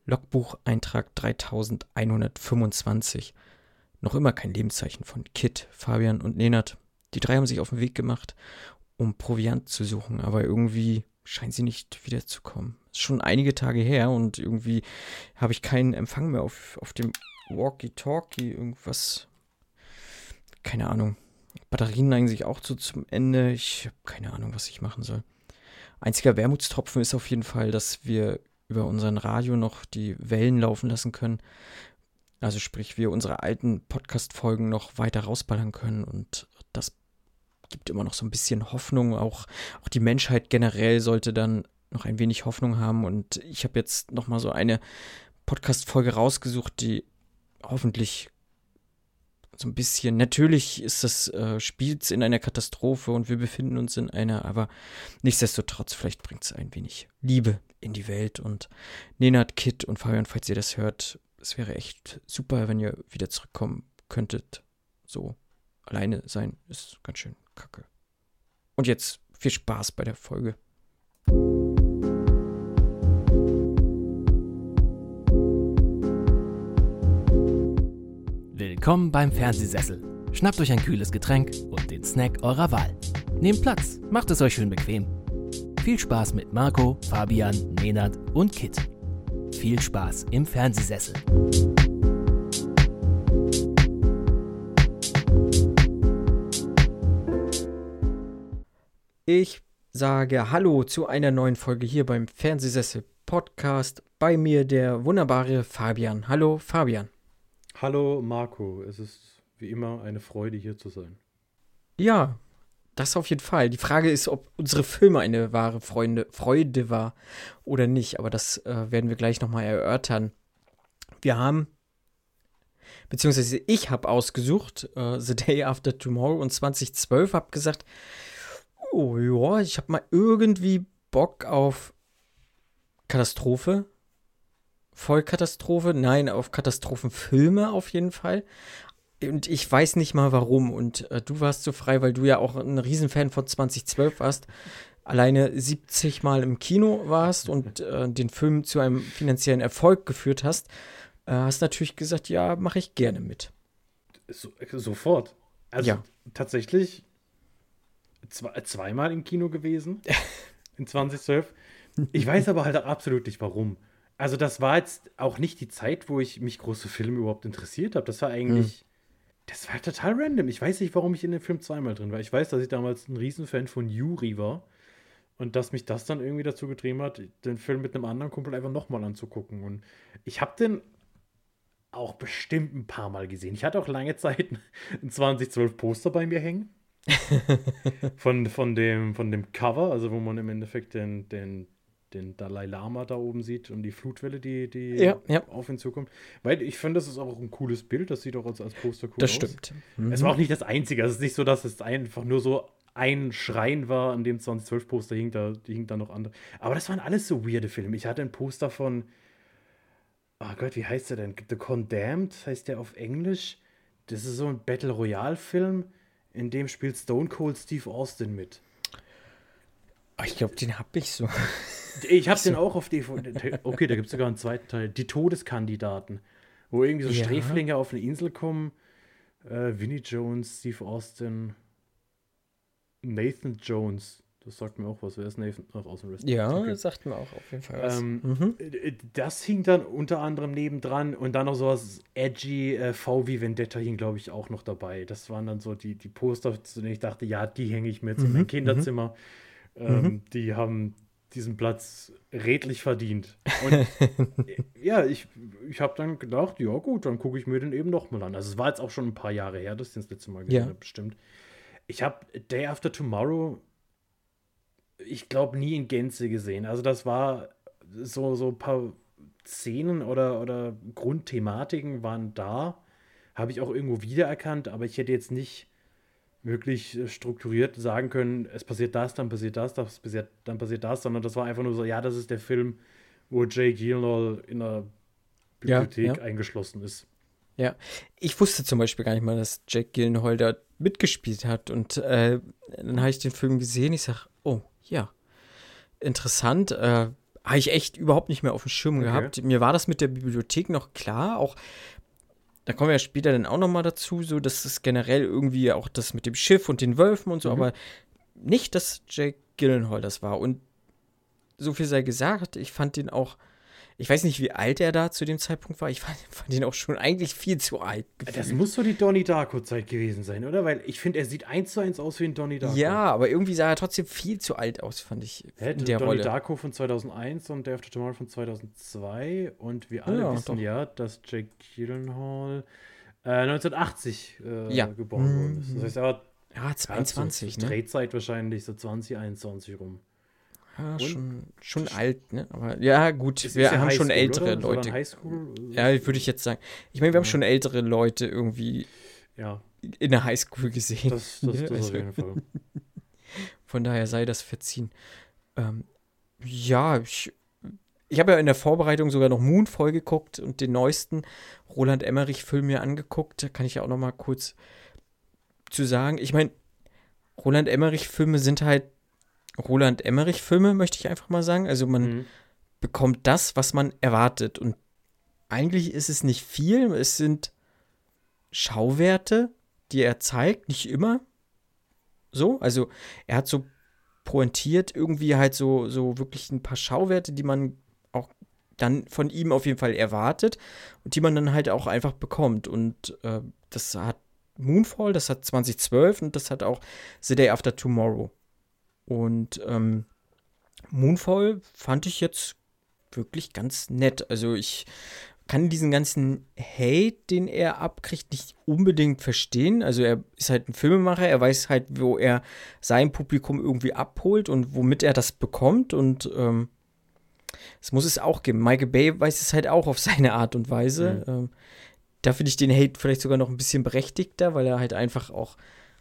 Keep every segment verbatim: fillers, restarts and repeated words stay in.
Logbucheintrag dreitausendeinhundertfünfundzwanzig. Noch immer kein Lebenszeichen von Kit, Fabian und Nenad. Die drei haben sich auf den Weg gemacht, um Proviant zu suchen, aber irgendwie scheinen sie nicht wiederzukommen. Ist schon einige Tage her und irgendwie habe ich keinen Empfang mehr auf, auf dem Walkie-Talkie, irgendwas. Keine Ahnung. Batterien neigen sich auch so zum Ende. Ich habe keine Ahnung, was ich machen soll. Einziger Wermutstropfen ist auf jeden Fall, dass wir über unseren Radio noch die Wellen laufen lassen können. Also sprich, wir unsere alten Podcast-Folgen noch weiter rausballern können. Und das gibt immer noch so ein bisschen Hoffnung. Auch, auch die Menschheit generell sollte dann noch ein wenig Hoffnung haben. Und ich habe jetzt noch mal so eine Podcast-Folge rausgesucht, die hoffentlich so ein bisschen, natürlich ist das, äh, spielt in einer Katastrophe und wir befinden uns in einer, aber nichtsdestotrotz, vielleicht bringt es ein wenig Liebe in die Welt. Und Nenad, Kit und Fabian, falls ihr das hört, es wäre echt super, wenn ihr wieder zurückkommen könntet. So, alleine sein ist ganz schön kacke. Und jetzt viel Spaß bei der Folge. Willkommen beim Fernsehsessel. Schnappt euch ein kühles Getränk und den Snack eurer Wahl. Nehmt Platz, macht es euch schön bequem. Viel Spaß mit Marco, Fabian, Nenad und Kit. Viel Spaß im Fernsehsessel. Ich sage Hallo zu einer neuen Folge hier beim Fernsehsessel Podcast. Bei mir der wunderbare Fabian. Hallo Fabian. Hallo Marco, es ist wie immer eine Freude, hier zu sein. Ja, das auf jeden Fall. Die Frage ist, ob unsere Filme eine wahre Freunde, Freude war oder nicht, aber das äh, werden wir gleich nochmal erörtern. Wir haben, beziehungsweise ich habe ausgesucht, äh, The Day After Tomorrow und zwanzig zwölf, habe gesagt, oh ja, ich habe mal irgendwie Bock auf Katastrophe. Vollkatastrophe, nein, auf Katastrophenfilme auf jeden Fall. Und ich weiß nicht mal warum. Und äh, du warst so frei, weil du ja auch ein Riesenfan von zwanzig zwölf warst. Alleine siebzig Mal im Kino warst und äh, den Film zu einem finanziellen Erfolg geführt hast. Äh, hast natürlich gesagt, ja, mache ich gerne mit. So, sofort. Also ja. Tatsächlich zwei, zweimal im Kino gewesen in zwanzig zwölf. Ich weiß aber halt absolut nicht warum. Also das war jetzt auch nicht die Zeit, wo ich mich groß für Filme überhaupt interessiert habe. Das war eigentlich, hm. das war total random. Ich weiß nicht, warum ich in dem Film zweimal drin war. Ich weiß, dass ich damals ein Riesenfan von Yuri war und dass mich das dann irgendwie dazu getrieben hat, den Film mit einem anderen Kumpel einfach nochmal anzugucken. Und ich habe den auch bestimmt ein paar Mal gesehen. Ich hatte auch lange Zeit ein zwanzig zwölf Poster bei mir hängen. von, von, dem, von dem Cover, also wo man im Endeffekt den, den den Dalai Lama da oben sieht und die Flutwelle, die, die ja, ja. auf ihn zukommt. Weil ich finde, das ist auch ein cooles Bild. Das sieht auch als, als Poster cool das aus. Das stimmt. Mhm. Es war auch nicht das Einzige. Es ist nicht so, dass es einfach nur so ein Schrein war, an dem zwanzig zwölf Poster hing. Da hing da noch andere. Aber das waren alles so weirde Filme. Ich hatte ein Poster von, oh Gott, wie heißt der denn? The Condemned heißt der auf Englisch. Das ist so ein Battle Royale-Film, in dem spielt Stone Cold Steve Austin mit. Ich glaube, den habe ich so. Ich habe so. den auch auf D V D. Okay, da gibt es sogar einen zweiten Teil. Die Todeskandidaten. Wo irgendwie so ja. Sträflinge auf eine Insel kommen. Äh, Vinnie Jones, Steve Austin, Nathan Jones. Das sagt mir auch was. Wer ist Nathan? Ach, aus dem Rest. Ja, okay. das sagt mir auch auf jeden Fall was. Ähm, mhm. Das hing dann unter anderem nebendran. Und dann noch sowas edgy, äh, V wie Vendetta hing, glaube ich, auch noch dabei. Das waren dann so die, die Poster, zu denen ich dachte, ja, die hänge ich mir jetzt mhm. in mein Kinderzimmer. Mhm. Ähm, mhm. Die haben diesen Platz redlich verdient. Und ja, ich, ich habe dann gedacht, ja gut, dann gucke ich mir den eben nochmal an. Also es war jetzt auch schon ein paar Jahre her, dass ich den das letzte Mal gesehen ja. habe, bestimmt. Ich habe Day After Tomorrow, ich glaube, nie in Gänze gesehen. Also das war so, so ein paar Szenen oder, oder Grundthematiken waren da. Habe ich auch irgendwo wiedererkannt, aber ich hätte jetzt nicht wirklich strukturiert sagen können, es passiert das, dann passiert das, das passiert, dann passiert das, sondern das war einfach nur so, ja, das ist der Film, wo Jake Gyllenhaal in einer Bibliothek ja, ja. eingeschlossen ist. Ja, ich wusste zum Beispiel gar nicht mal, dass Jake Gyllenhaal da mitgespielt hat und äh, dann habe ich den Film gesehen, ich sage, oh, ja, interessant, äh, habe ich echt überhaupt nicht mehr auf dem Schirm Okay. gehabt. Mir war das mit der Bibliothek noch klar, auch da kommen wir ja später dann auch noch mal dazu, so dass es generell irgendwie auch das mit dem Schiff und den Wölfen und so, Mhm. aber nicht, dass Jake Gyllenhaal das war. Und so viel sei gesagt, ich fand den auch, ich weiß nicht, wie alt er da zu dem Zeitpunkt war, ich fand, fand ihn auch schon eigentlich viel zu alt Das gefühlt. muss so die Donnie Darko-Zeit gewesen sein, oder? Weil ich finde, er sieht eins zu eins aus wie ein Donnie Darko. Ja, aber irgendwie sah er trotzdem viel zu alt aus, fand ich, Hä, in der Donnie Rolle. Darko von zweitausendeins und Day After Tomorrow von zweitausendzwei. Und wir alle Ja, wissen doch. ja, dass Jake Gyllenhaal äh, neunzehnhundertachtzig äh, Ja. geboren worden ist. Das heißt, er war Ja, zweiundzwanzig, so ne? Drehzeit wahrscheinlich so zwanzig einundzwanzig rum. Ja, Und? schon, schon alt, ne? Aber ja, gut, Es ist wir ja haben schon Highschool, ältere oder? Ist er dann Leute. Highschool? Ja, würde ich jetzt sagen. Ich meine, wir haben Ja. schon ältere Leute irgendwie Ja, in der Highschool gesehen. das, das, Ne? das Also, auf jeden Fall. von daher sei das verziehen. Ähm, ja, ich, ich habe ja in der Vorbereitung sogar noch Moonfall geguckt und den neuesten Roland Emmerich-Film mir angeguckt. Da kann ich ja auch noch mal kurz zu sagen. Ich meine, Roland Emmerich-Filme sind halt Roland Emmerich-Filme, möchte ich einfach mal sagen. Also man Mhm. bekommt das, was man erwartet. Und eigentlich ist es nicht viel. Es sind Schauwerte, die er zeigt, nicht immer so. Also er hat so pointiert irgendwie halt so, so wirklich ein paar Schauwerte, die man auch dann von ihm auf jeden Fall erwartet und die man dann halt auch einfach bekommt. Und äh, das hat Moonfall, das hat zwanzig zwölf und das hat auch The Day After Tomorrow. Und ähm, Moonfall fand ich jetzt wirklich ganz nett. Also ich kann diesen ganzen Hate, den er abkriegt, nicht unbedingt verstehen. Also er ist halt ein Filmemacher, er weiß halt, wo er sein Publikum irgendwie abholt und womit er das bekommt. Und ähm, es muss es auch geben. Michael Bay weiß es halt auch auf seine Art und Weise. Mhm. Ähm, da finde ich den Hate vielleicht sogar noch ein bisschen berechtigter, weil er halt einfach auch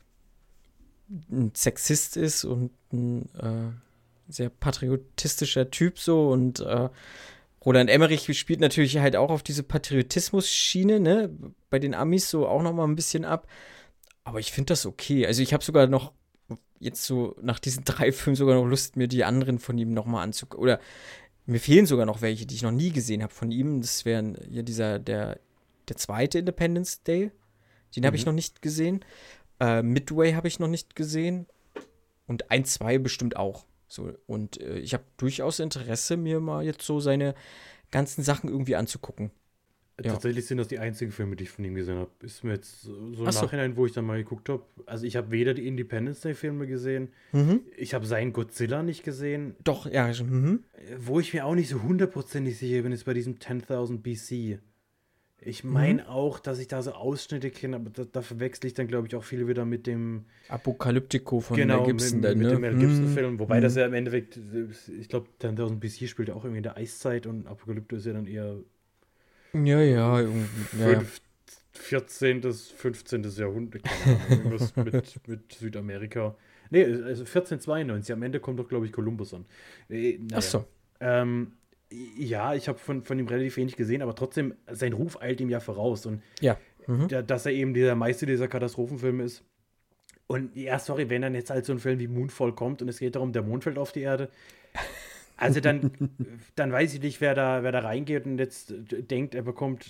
ein Sexist ist und ein äh, sehr patriotistischer Typ so und äh, Roland Emmerich spielt natürlich halt auch auf diese Patriotismus-Schiene, ne, bei den Amis so auch noch mal ein bisschen ab, aber ich finde das okay, also ich habe sogar noch jetzt so nach diesen drei Filmen sogar noch Lust, mir die anderen von ihm noch mal anzugucken, oder mir fehlen sogar noch welche, die ich noch nie gesehen habe von ihm, das wären hier dieser, der, der zweite Independence Day, den habe ich Mhm. noch nicht gesehen, äh, Midway habe ich noch nicht gesehen und ein, zwei bestimmt auch. So, und äh, ich habe durchaus Interesse, mir mal jetzt so seine ganzen Sachen irgendwie anzugucken. Ja. Tatsächlich sind das die einzigen Filme, die ich von ihm gesehen habe. Ist mir jetzt so so im Ach so. Nachhinein, wo ich dann mal geguckt habe. Also ich habe weder die Independence Day Filme gesehen, Mhm. ich habe seinen Godzilla nicht gesehen. Doch, ja, mhm. Wo ich mir auch nicht so hundertprozentig sicher bin, ist bei diesem zehntausend B C. Ich meine auch, dass ich da so Ausschnitte kenne, aber da, da verwechsel ich dann, glaube ich, auch viele wieder mit dem Apokalyptico von genau, Mel Gibson. mit, dann, mit ne? dem Mel Gibson-Film. Mhm. Wobei Mhm. das ja im Endeffekt, ich glaube, zehntausend B C spielt ja auch irgendwie in der Eiszeit und Apokalypto ist ja dann eher Ja, ja, irgendwie. Ja, ja. fünf, vierzehntes, fünfzehntes Jahrhundert, keine Ahnung, irgendwas mit, mit Südamerika. Nee, also vierzehnhundertzweiundneunzig, am Ende kommt doch, glaube ich, Kolumbus an. Äh, naja. Ach so. Ähm, ja, ich habe von, von ihm relativ wenig gesehen, aber trotzdem, sein Ruf eilt ihm ja voraus. Und Ja. Mhm. da, dass er eben dieser Meister dieser Katastrophenfilme ist. Und ja, sorry, wenn dann jetzt halt so ein Film wie Moonfall kommt und es geht darum, der Mond fällt auf die Erde. Also dann, dann weiß ich nicht, wer da, wer da reingeht und jetzt denkt, er bekommt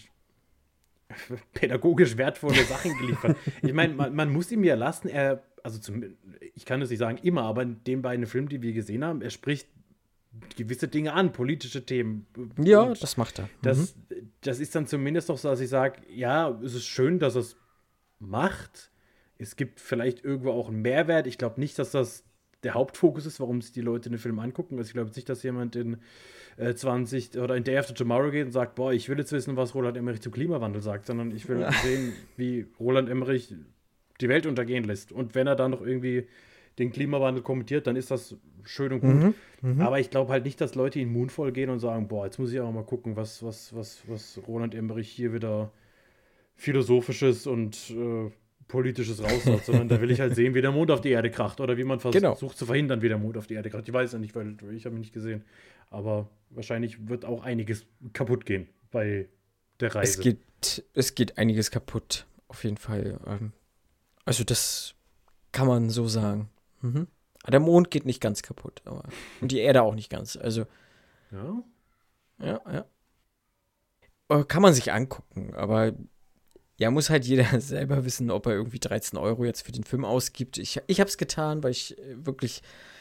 pädagogisch wertvolle Sachen geliefert. Ich meine, man, man muss ihm ja lassen, er, also zum, ich kann es nicht sagen immer, aber in den beiden Filmen, die wir gesehen haben, er spricht gewisse Dinge an, politische Themen. Ja, Und das macht er. Mhm. das, das ist dann zumindest noch so, dass ich sage, ja, es ist schön, dass er es macht. Es gibt vielleicht irgendwo auch einen Mehrwert. Ich glaube nicht, dass das der Hauptfokus ist, warum sich die Leute den Film angucken. Also ich glaube nicht, dass jemand in äh, zwanzig oder in Day After Tomorrow geht und sagt, boah, ich will jetzt wissen, was Roland Emmerich zum Klimawandel sagt, sondern ich will sehen, wie Roland Emmerich die Welt untergehen lässt. Und wenn er dann noch irgendwie den Klimawandel kommentiert, dann ist das schön und gut. Mhm. Mhm. Aber ich glaube halt nicht, dass Leute in Moonfall gehen und sagen, boah, jetzt muss ich auch mal gucken, was, was, was, was Roland Emmerich hier wieder Philosophisches und äh, Politisches raus hat, sondern da will ich halt sehen, wie der Mond auf die Erde kracht oder wie man versucht Genau. zu verhindern, wie der Mond auf die Erde kracht. Ich weiß ja nicht, weil ich habe ihn nicht gesehen. Aber wahrscheinlich wird auch einiges kaputt gehen bei der Reise. Es geht, es geht einiges kaputt, auf jeden Fall. Ähm, Also das kann man so sagen. Mhm. Aber der Mond geht nicht ganz kaputt, aber und die Erde auch nicht ganz. Also Ja. Ja, ja. Äh, Kann man sich angucken, aber ja, muss halt jeder selber wissen, ob er irgendwie dreizehn Euro jetzt für den Film ausgibt. Ich, ich habe es getan, weil ich äh, wirklich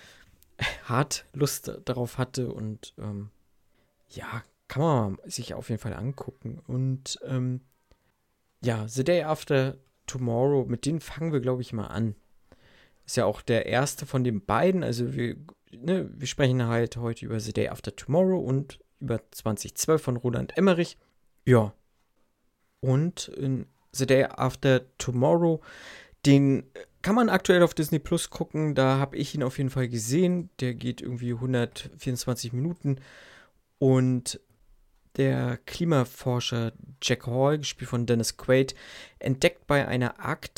hart Lust darauf hatte und ähm, ja, kann man sich auf jeden Fall angucken. Und ähm, ja, The Day After Tomorrow, mit denen fangen wir, glaube ich, mal an. Ist ja auch der erste von den beiden. Also wir, ne, wir sprechen halt heute über The Day After Tomorrow und über zweitausendzwölf von Roland Emmerich. Ja. Und in The Day After Tomorrow, den kann man aktuell auf Disney Plus gucken. Da habe ich ihn auf jeden Fall gesehen. Der geht irgendwie hundertvierundzwanzig Minuten. Und der Klimaforscher Jack Hall, gespielt von Dennis Quaid, entdeckt bei einer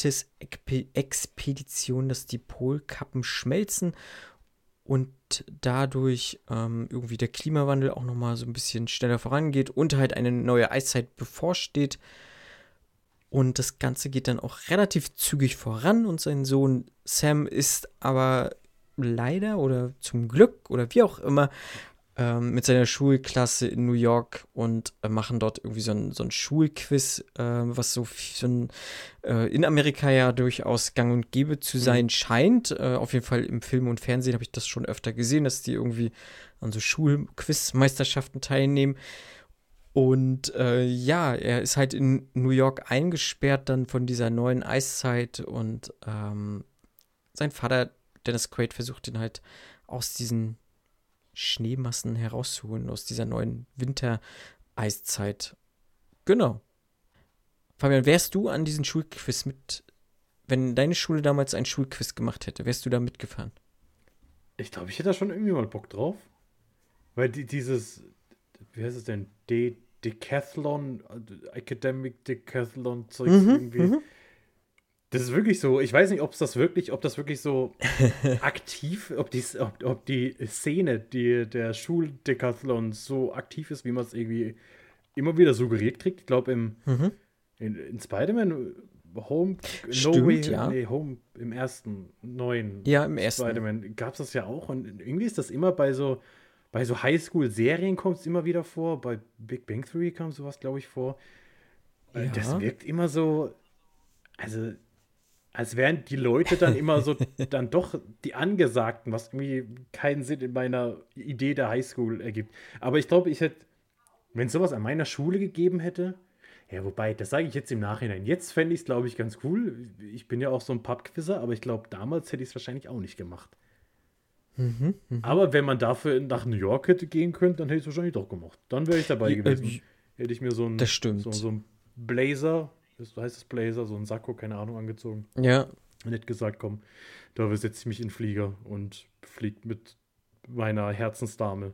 Arktis-Expedition, dass die Polkappen schmelzen und dadurch ähm, irgendwie der Klimawandel auch nochmal so ein bisschen schneller vorangeht und halt eine neue Eiszeit bevorsteht. Und das Ganze geht dann auch relativ zügig voran und sein Sohn Sam ist aber leider oder zum Glück oder wie auch immer ähm, mit seiner Schulklasse in New York und äh, machen dort irgendwie so ein, so ein Schulquiz, äh, was so, so ein, äh, in Amerika ja durchaus gang und gäbe zu sein mhm. scheint. Äh, auf jeden Fall im Film und Fernsehen habe ich das schon öfter gesehen, dass die irgendwie an so Schulquizmeisterschaften teilnehmen. Und äh, ja, er ist halt in New York eingesperrt dann von dieser neuen Eiszeit und ähm, sein Vater, Dennis Quaid, versucht ihn halt aus diesen Schneemassen herauszuholen, aus dieser neuen Wintereiszeit. Genau. Fabian, wärst du an diesen Schulquiz mit, wenn deine Schule damals ein Schulquiz gemacht hätte, wärst du da mitgefahren? Ich glaube, ich hätte da schon irgendwie mal Bock drauf. Weil die, dieses, wie heißt es denn, D Decathlon, Academic Decathlon Zeug mhm, irgendwie. Mhm. Das ist wirklich so, ich weiß nicht, ob es das wirklich, ob das wirklich so aktiv, ob die, ob, ob die Szene die, der Schuldecathlon so aktiv ist, wie man es irgendwie immer wieder suggeriert kriegt. Ich glaube, im mhm. in, in Spider-Man Home, Stimmt, No Way, ja. nee, Home, im ersten, neuen ja, im ersten. Spider-Man gab es das ja auch. Und irgendwie ist das immer bei so Bei so Highschool-Serien kommt es immer wieder vor. Bei Big Bang Theory kam sowas, glaube ich, vor. Ja. Das wirkt immer so, also als wären die Leute dann immer so dann doch die Angesagten, was irgendwie keinen Sinn in meiner Idee der Highschool ergibt. Aber ich glaube, ich hätte, wenn es sowas an meiner Schule gegeben hätte, ja, wobei, das sage ich jetzt im Nachhinein. Jetzt fände ich es, glaube ich, ganz cool. Ich bin ja auch so ein Pub-Quizzer, aber ich glaube, damals hätte ich es wahrscheinlich auch nicht gemacht. Mhm, mh. Aber wenn man dafür nach New York hätte gehen können, dann hätte ich es wahrscheinlich doch gemacht. Dann wäre ich dabei ja, gewesen. Äh, hätte ich mir so ein, so, so ein Blazer, das heißt es Blazer, so ein Sakko, keine Ahnung, angezogen. Ja. Und hätte gesagt, komm, da setze ich mich in den Flieger und fliege mit meiner Herzensdame.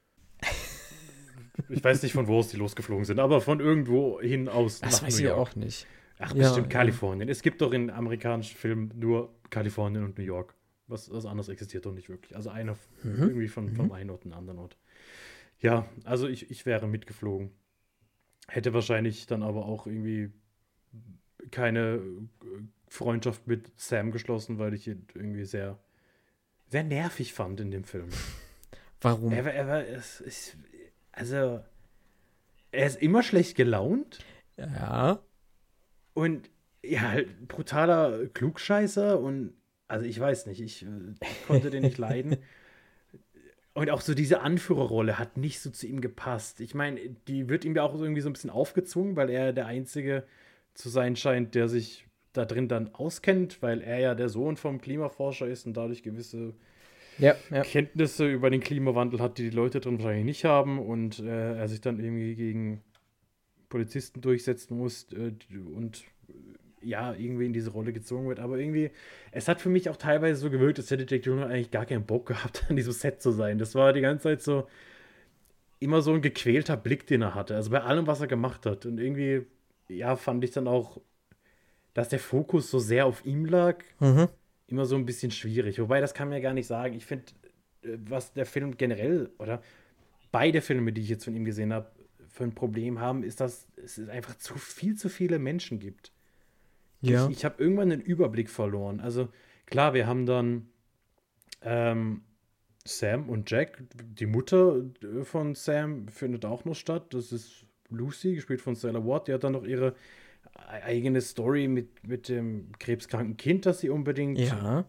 Ich weiß nicht, von wo aus die losgeflogen sind, aber von irgendwo hin aus das nach weiß New York. Ich auch nicht. Ach, ja, bestimmt ja. Kalifornien. Es gibt doch in amerikanischen Filmen nur Kalifornien und New York. Was, was anderes existiert doch nicht wirklich. Also einer mhm. irgendwie von, mhm. vom einen Ort in den anderen Ort. Ja, also ich, ich wäre mitgeflogen. Hätte wahrscheinlich dann aber auch irgendwie keine Freundschaft mit Sam geschlossen, weil ich ihn irgendwie sehr, sehr nervig fand in dem Film. Warum? Er war, er war, es ist, also, er ist immer schlecht gelaunt. Ja. Und ja, halt brutaler Klugscheißer und also ich weiß nicht, ich, ich konnte den nicht leiden. Und auch so diese Anführerrolle hat nicht so zu ihm gepasst. Ich meine, die wird ihm ja auch irgendwie so ein bisschen aufgezwungen, weil er der Einzige zu sein scheint, der sich da drin dann auskennt, weil er ja der Sohn vom Klimaforscher ist und dadurch gewisse ja, ja. Kenntnisse über den Klimawandel hat, die die Leute drin wahrscheinlich nicht haben und äh, er sich dann irgendwie gegen Polizisten durchsetzen muss äh, und ja, irgendwie in diese Rolle gezogen wird. Aber irgendwie, es hat für mich auch teilweise so gewirkt, als hätte Jack Gyllenhaal eigentlich gar keinen Bock gehabt, an diesem Set zu sein. Das war die ganze Zeit so immer so ein gequälter Blick, den er hatte. Also bei allem, was er gemacht hat. Und irgendwie, ja, fand ich dann auch, dass der Fokus so sehr auf ihm lag, mhm. immer so ein bisschen schwierig. Wobei, das kann man ja gar nicht sagen. Ich finde, was der Film generell, oder beide Filme, die ich jetzt von ihm gesehen habe, für ein Problem haben, ist, dass es einfach zu viel zu viele Menschen gibt. Ja. Ich, ich habe irgendwann den Überblick verloren. Also klar, wir haben dann ähm, Sam und Jack, die Mutter von Sam, findet auch noch statt. Das ist Lucy, gespielt von Stella Ward. Die hat dann noch ihre eigene Story mit, mit dem krebskranken Kind, das sie unbedingt Ja.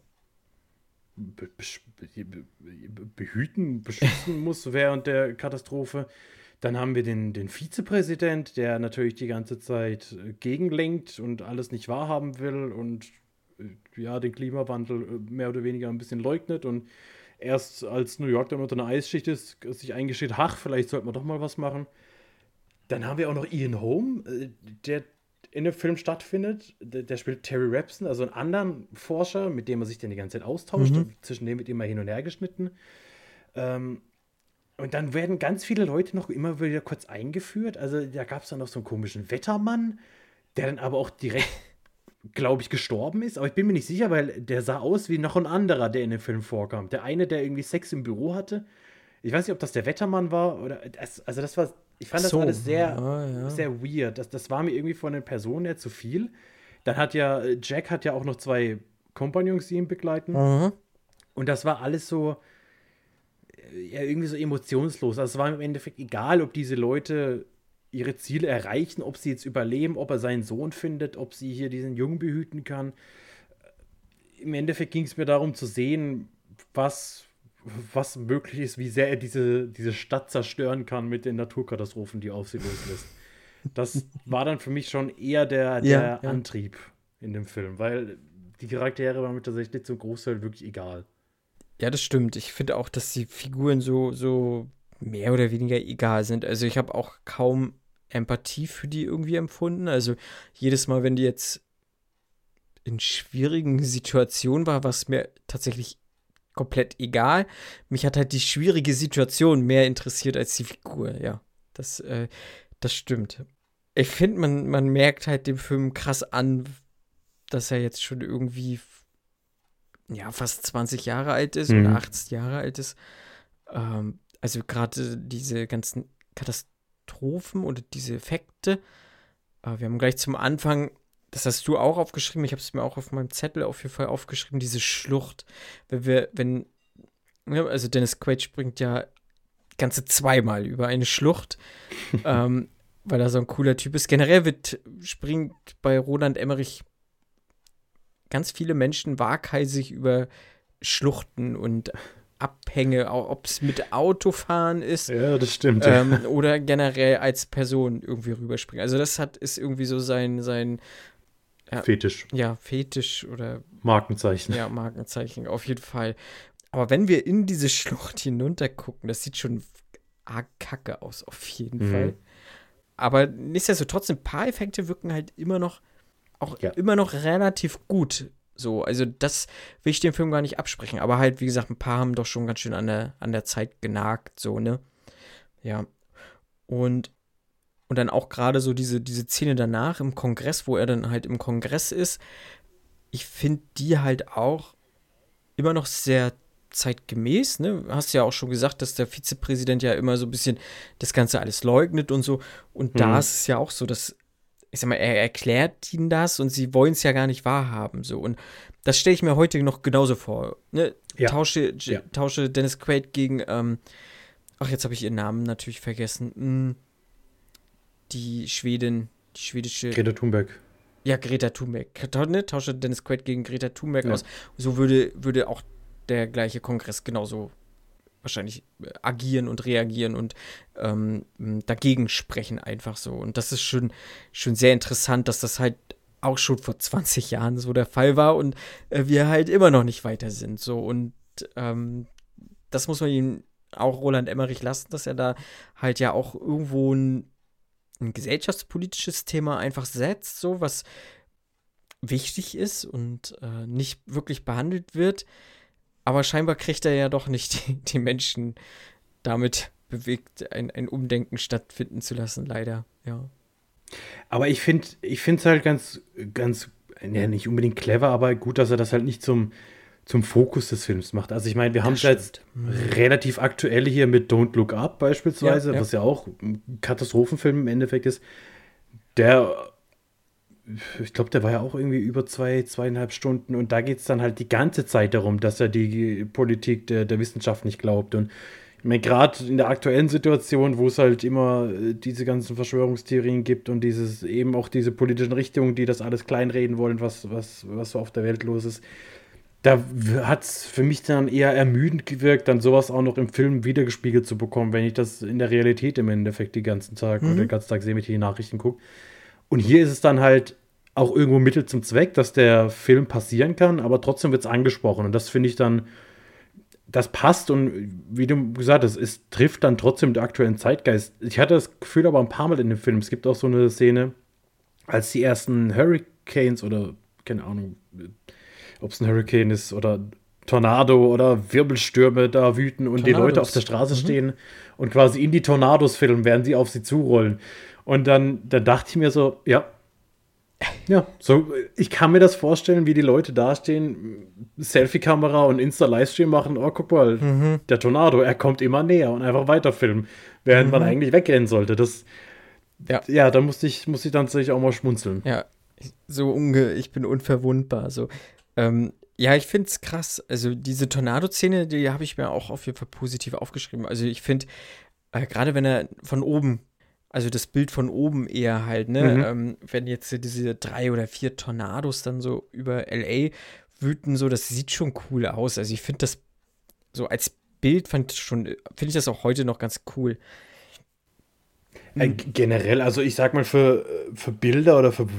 be be be behüten, beschützen muss während der Katastrophe. Dann haben wir den, den Vizepräsident, der natürlich die ganze Zeit gegenlenkt und alles nicht wahrhaben will und ja, den Klimawandel mehr oder weniger ein bisschen leugnet und erst als New York dann unter einer Eisschicht ist, sich eingesteht, ach, vielleicht sollte man doch mal was machen. Dann haben wir auch noch Ian Holm, der in dem Film stattfindet. Der, der spielt Terry Repson, also einen anderen Forscher, mit dem er sich dann die ganze Zeit austauscht. Mhm. Zwischen dem wird immer hin und her geschnitten. Ähm, und dann werden ganz viele Leute noch immer wieder kurz eingeführt. Also da gab es dann noch so einen komischen Wettermann, der dann aber auch direkt, glaube ich, gestorben ist. Aber ich bin mir nicht sicher, weil der sah aus wie noch ein anderer, der in dem Film vorkam. Der eine, der irgendwie Sex im Büro hatte. Ich weiß nicht, ob das der Wettermann war oder das, also das war, ich fand das so, alles sehr, ja, ja. sehr weird. Das, das war mir irgendwie von den Personen her zu viel. Dann hat ja, Jack hat ja auch noch zwei Kompagnons, die ihn begleiten. Mhm. Und das war alles so, ja, irgendwie so emotionslos. Also es war im Endeffekt egal, ob diese Leute ihre Ziele erreichen, ob sie jetzt überleben, ob er seinen Sohn findet, ob sie hier diesen Jungen behüten kann. Im Endeffekt ging es mir darum zu sehen, was was möglich ist, wie sehr er diese, diese Stadt zerstören kann mit den Naturkatastrophen, die auf sie loslässt. Das war dann für mich schon eher der, der ja, ja. Antrieb in dem Film, weil die Charaktere waren mir tatsächlich zum Großteil wirklich egal. Ja, das stimmt. Ich finde auch, dass die Figuren so, so mehr oder weniger egal sind. Also ich habe auch kaum Empathie für die irgendwie empfunden. Also jedes Mal, wenn die jetzt in schwierigen Situationen war, was mir tatsächlich komplett egal. Mich hat halt die schwierige Situation mehr interessiert als die Figur, ja. Das, äh, das stimmt. Ich finde, man, man merkt halt dem Film krass an, dass er jetzt schon irgendwie ja, fast zwanzig Jahre alt ist mhm. oder achtzig Jahre alt ist. Ähm, also gerade diese ganzen Katastrophen oder diese Effekte. Äh, wir haben gleich zum Anfang, das hast du auch aufgeschrieben, ich habe es mir auch auf meinem Zettel auf jeden Fall aufgeschrieben, diese Schlucht. Wenn wir, wenn, ja, also Dennis Quaid springt ja ganze zweimal über eine Schlucht, ähm, weil er so ein cooler Typ ist. Generell wird, springt bei Roland Emmerich ganz viele Menschen waghalsig über Schluchten und Abhänge, ob es mit Autofahren ist. Ja, das stimmt. Ähm, ja. Oder generell als Person irgendwie rüberspringen. Also das hat, ist irgendwie so sein, sein ja, Fetisch. Ja, Fetisch oder Markenzeichen. Ja, Markenzeichen, auf jeden Fall. Aber wenn wir in diese Schlucht hinunter gucken, das sieht schon arg kacke aus, auf jeden mhm. Fall. Aber nichtsdestotrotz, ein paar Effekte wirken halt immer noch auch ja. immer noch relativ gut. So, also das will ich dem Film gar nicht absprechen. Aber halt, wie gesagt, ein paar haben doch schon ganz schön an der, an der Zeit genagt, so, ne? Ja. Und, und dann auch gerade so diese, diese Szene danach im Kongress, wo er dann halt im Kongress ist. Ich finde die halt auch immer noch sehr zeitgemäß, ne? Hast ja auch schon gesagt, dass der Vizepräsident ja immer so ein bisschen das Ganze alles leugnet und so. Und mhm. da ist es ja auch so, dass ich sag mal, er erklärt ihnen das und sie wollen es ja gar nicht wahrhaben. So. Und das stelle ich mir heute noch genauso vor. Ne? Ja. Tausche, ja. tausche Dennis Quaid gegen, ähm, ach, jetzt habe ich ihren Namen natürlich vergessen. Hm, die Schwedin, die schwedische. Greta Thunberg. Ja, Greta Thunberg. Ne? Tausche Dennis Quaid gegen Greta Thunberg ja. aus. So würde, würde auch der gleiche Kongress genauso wahrscheinlich agieren und reagieren und ähm, dagegen sprechen einfach so. Und das ist schon, schon sehr interessant, dass das halt auch schon vor zwanzig Jahren so der Fall war und äh, wir halt immer noch nicht weiter sind. So. Und ähm, das muss man ihm auch Roland Emmerich lassen, dass er da halt ja auch irgendwo ein, ein gesellschaftspolitisches Thema einfach setzt, so was wichtig ist und äh, nicht wirklich behandelt wird. Aber scheinbar kriegt er ja doch nicht die, die Menschen damit bewegt, ein, ein Umdenken stattfinden zu lassen, leider, ja. Aber ich finde ich finde es halt ganz, ganz, ja, nicht unbedingt clever, aber gut, dass er das halt nicht zum, zum Fokus des Films macht. Also ich meine, wir haben es jetzt mhm. relativ aktuell hier mit Don't Look Up beispielsweise, ja, ja. was ja auch ein Katastrophenfilm im Endeffekt ist, der ich glaube, der war ja auch irgendwie über zwei, zweieinhalb Stunden und da geht es dann halt die ganze Zeit darum, dass er die Politik der, der Wissenschaft nicht glaubt. Und ich meine, gerade in der aktuellen Situation, wo es halt immer äh, diese ganzen Verschwörungstheorien gibt und dieses eben auch diese politischen Richtungen, die das alles kleinreden wollen, was, was, was so auf der Welt los ist, da hat es für mich dann eher ermüdend gewirkt, dann sowas auch noch im Film wiedergespiegelt zu bekommen, wenn ich das in der Realität im Endeffekt den ganzen Tag mhm. oder den ganzen Tag sehe, mit die Nachrichten gucke. Und hier ist es dann halt auch irgendwo Mittel zum Zweck, dass der Film passieren kann, aber trotzdem wird es angesprochen. Und das finde ich dann, das passt und wie du gesagt hast, es trifft dann trotzdem den aktuellen Zeitgeist. Ich hatte das Gefühl aber ein paar Mal in dem Film, es gibt auch so eine Szene, als die ersten Hurricanes oder, keine Ahnung, ob es ein Hurricane ist oder Tornado oder Wirbelstürme da wüten und Tornados. Die Leute auf der Straße mhm. stehen und quasi in die Tornados filmen, während sie auf sie zurollen. Und dann, dann dachte ich mir so, ja, ja, so, ich kann mir das vorstellen, wie die Leute dastehen, Selfie-Kamera und Insta-Livestream machen, oh, guck mal, mhm. der Tornado, er kommt immer näher und einfach weiterfilmen, während mhm. man eigentlich wegrennen sollte. Das, ja, ja da musste ich, musste ich dann tatsächlich auch mal schmunzeln. Ja, so unge, ich bin unverwundbar, so. Ähm, ja, ich finde es krass, also diese Tornado-Szene, die habe ich mir auch auf jeden Fall positiv aufgeschrieben. Also ich finde, äh, gerade wenn er von oben, also das Bild von oben eher halt, ne, mhm. ähm, wenn jetzt diese drei oder vier Tornados dann so über L A wüten, so, das sieht schon cool aus. Also ich finde das so als Bild fand schon, finde ich das auch heute noch ganz cool. Äh, generell, also ich sag mal, für, für Bilder oder für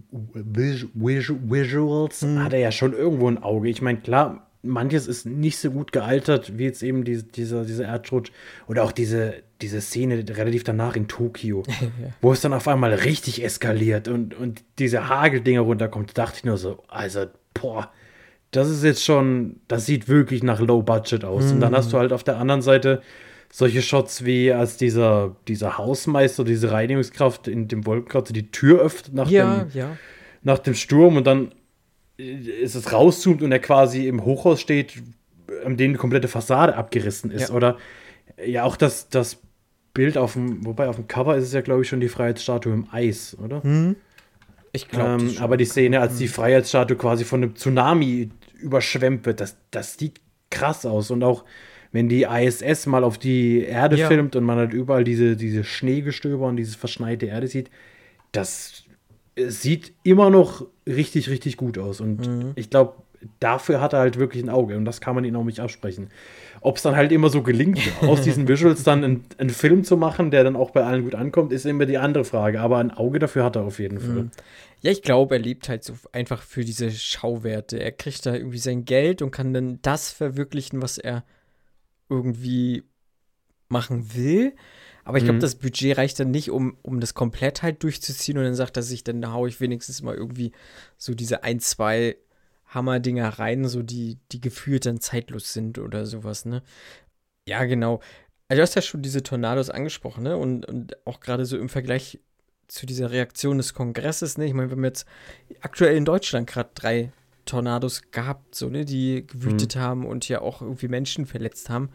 Vis- Vis- Visuals mhm. hat er ja schon irgendwo ein Auge. Ich meine, klar, manches ist nicht so gut gealtert, wie jetzt eben die, dieser, dieser Erdrutsch oder auch diese, diese Szene relativ danach in Tokio, ja. wo es dann auf einmal richtig eskaliert und, und diese Hageldinger runterkommt. Da dachte ich nur so, also, boah, das ist jetzt schon, das sieht wirklich nach Low Budget aus. Mhm. Und dann hast du halt auf der anderen Seite solche Shots wie als dieser, dieser Hausmeister, diese Reinigungskraft in dem Wolkenkratzer die Tür öffnet nach, ja, dem, ja. nach dem Sturm und dann ist es rauszoomt und er quasi im Hochhaus steht, an dem die komplette Fassade abgerissen ist. Ja. Oder ja auch das, das Bild auf dem, wobei auf dem Cover ist es ja, glaube ich, schon die Freiheitsstatue im Eis, oder? Hm. Ich glaube. Ähm, aber die Szene, als hm. die Freiheitsstatue quasi von einem Tsunami überschwemmt wird, das, das sieht krass aus. Und auch wenn die I S S mal auf die Erde ja. filmt und man halt überall diese, diese Schneegestöber und diese verschneite Erde sieht, das sieht immer noch richtig, richtig gut aus. Und mhm. ich glaube, dafür hat er halt wirklich ein Auge und das kann man ihm auch nicht absprechen. Ob es dann halt immer so gelingt, aus diesen Visuals dann einen, einen Film zu machen, der dann auch bei allen gut ankommt, ist immer die andere Frage. Aber ein Auge dafür hat er auf jeden Fall. Mhm. Ja, ich glaube, er lebt halt so einfach für diese Schauwerte. Er kriegt da irgendwie sein Geld und kann dann das verwirklichen, was er irgendwie machen will. Aber ich glaube, mhm. das Budget reicht dann nicht, um, um das komplett halt durchzuziehen. Und dann sagt er sich, dann hau ich wenigstens mal irgendwie so diese ein, zwei Hammerdinger rein, so die, die gefühlt dann zeitlos sind oder sowas, ne? Ja, genau. Also du hast ja schon diese Tornados angesprochen, ne? Und, und auch gerade so im Vergleich zu dieser Reaktion des Kongresses, ne? Ich meine, wir haben jetzt aktuell in Deutschland gerade drei Tornados gehabt, so, ne? Die gewütet mhm. haben und ja auch irgendwie Menschen verletzt haben.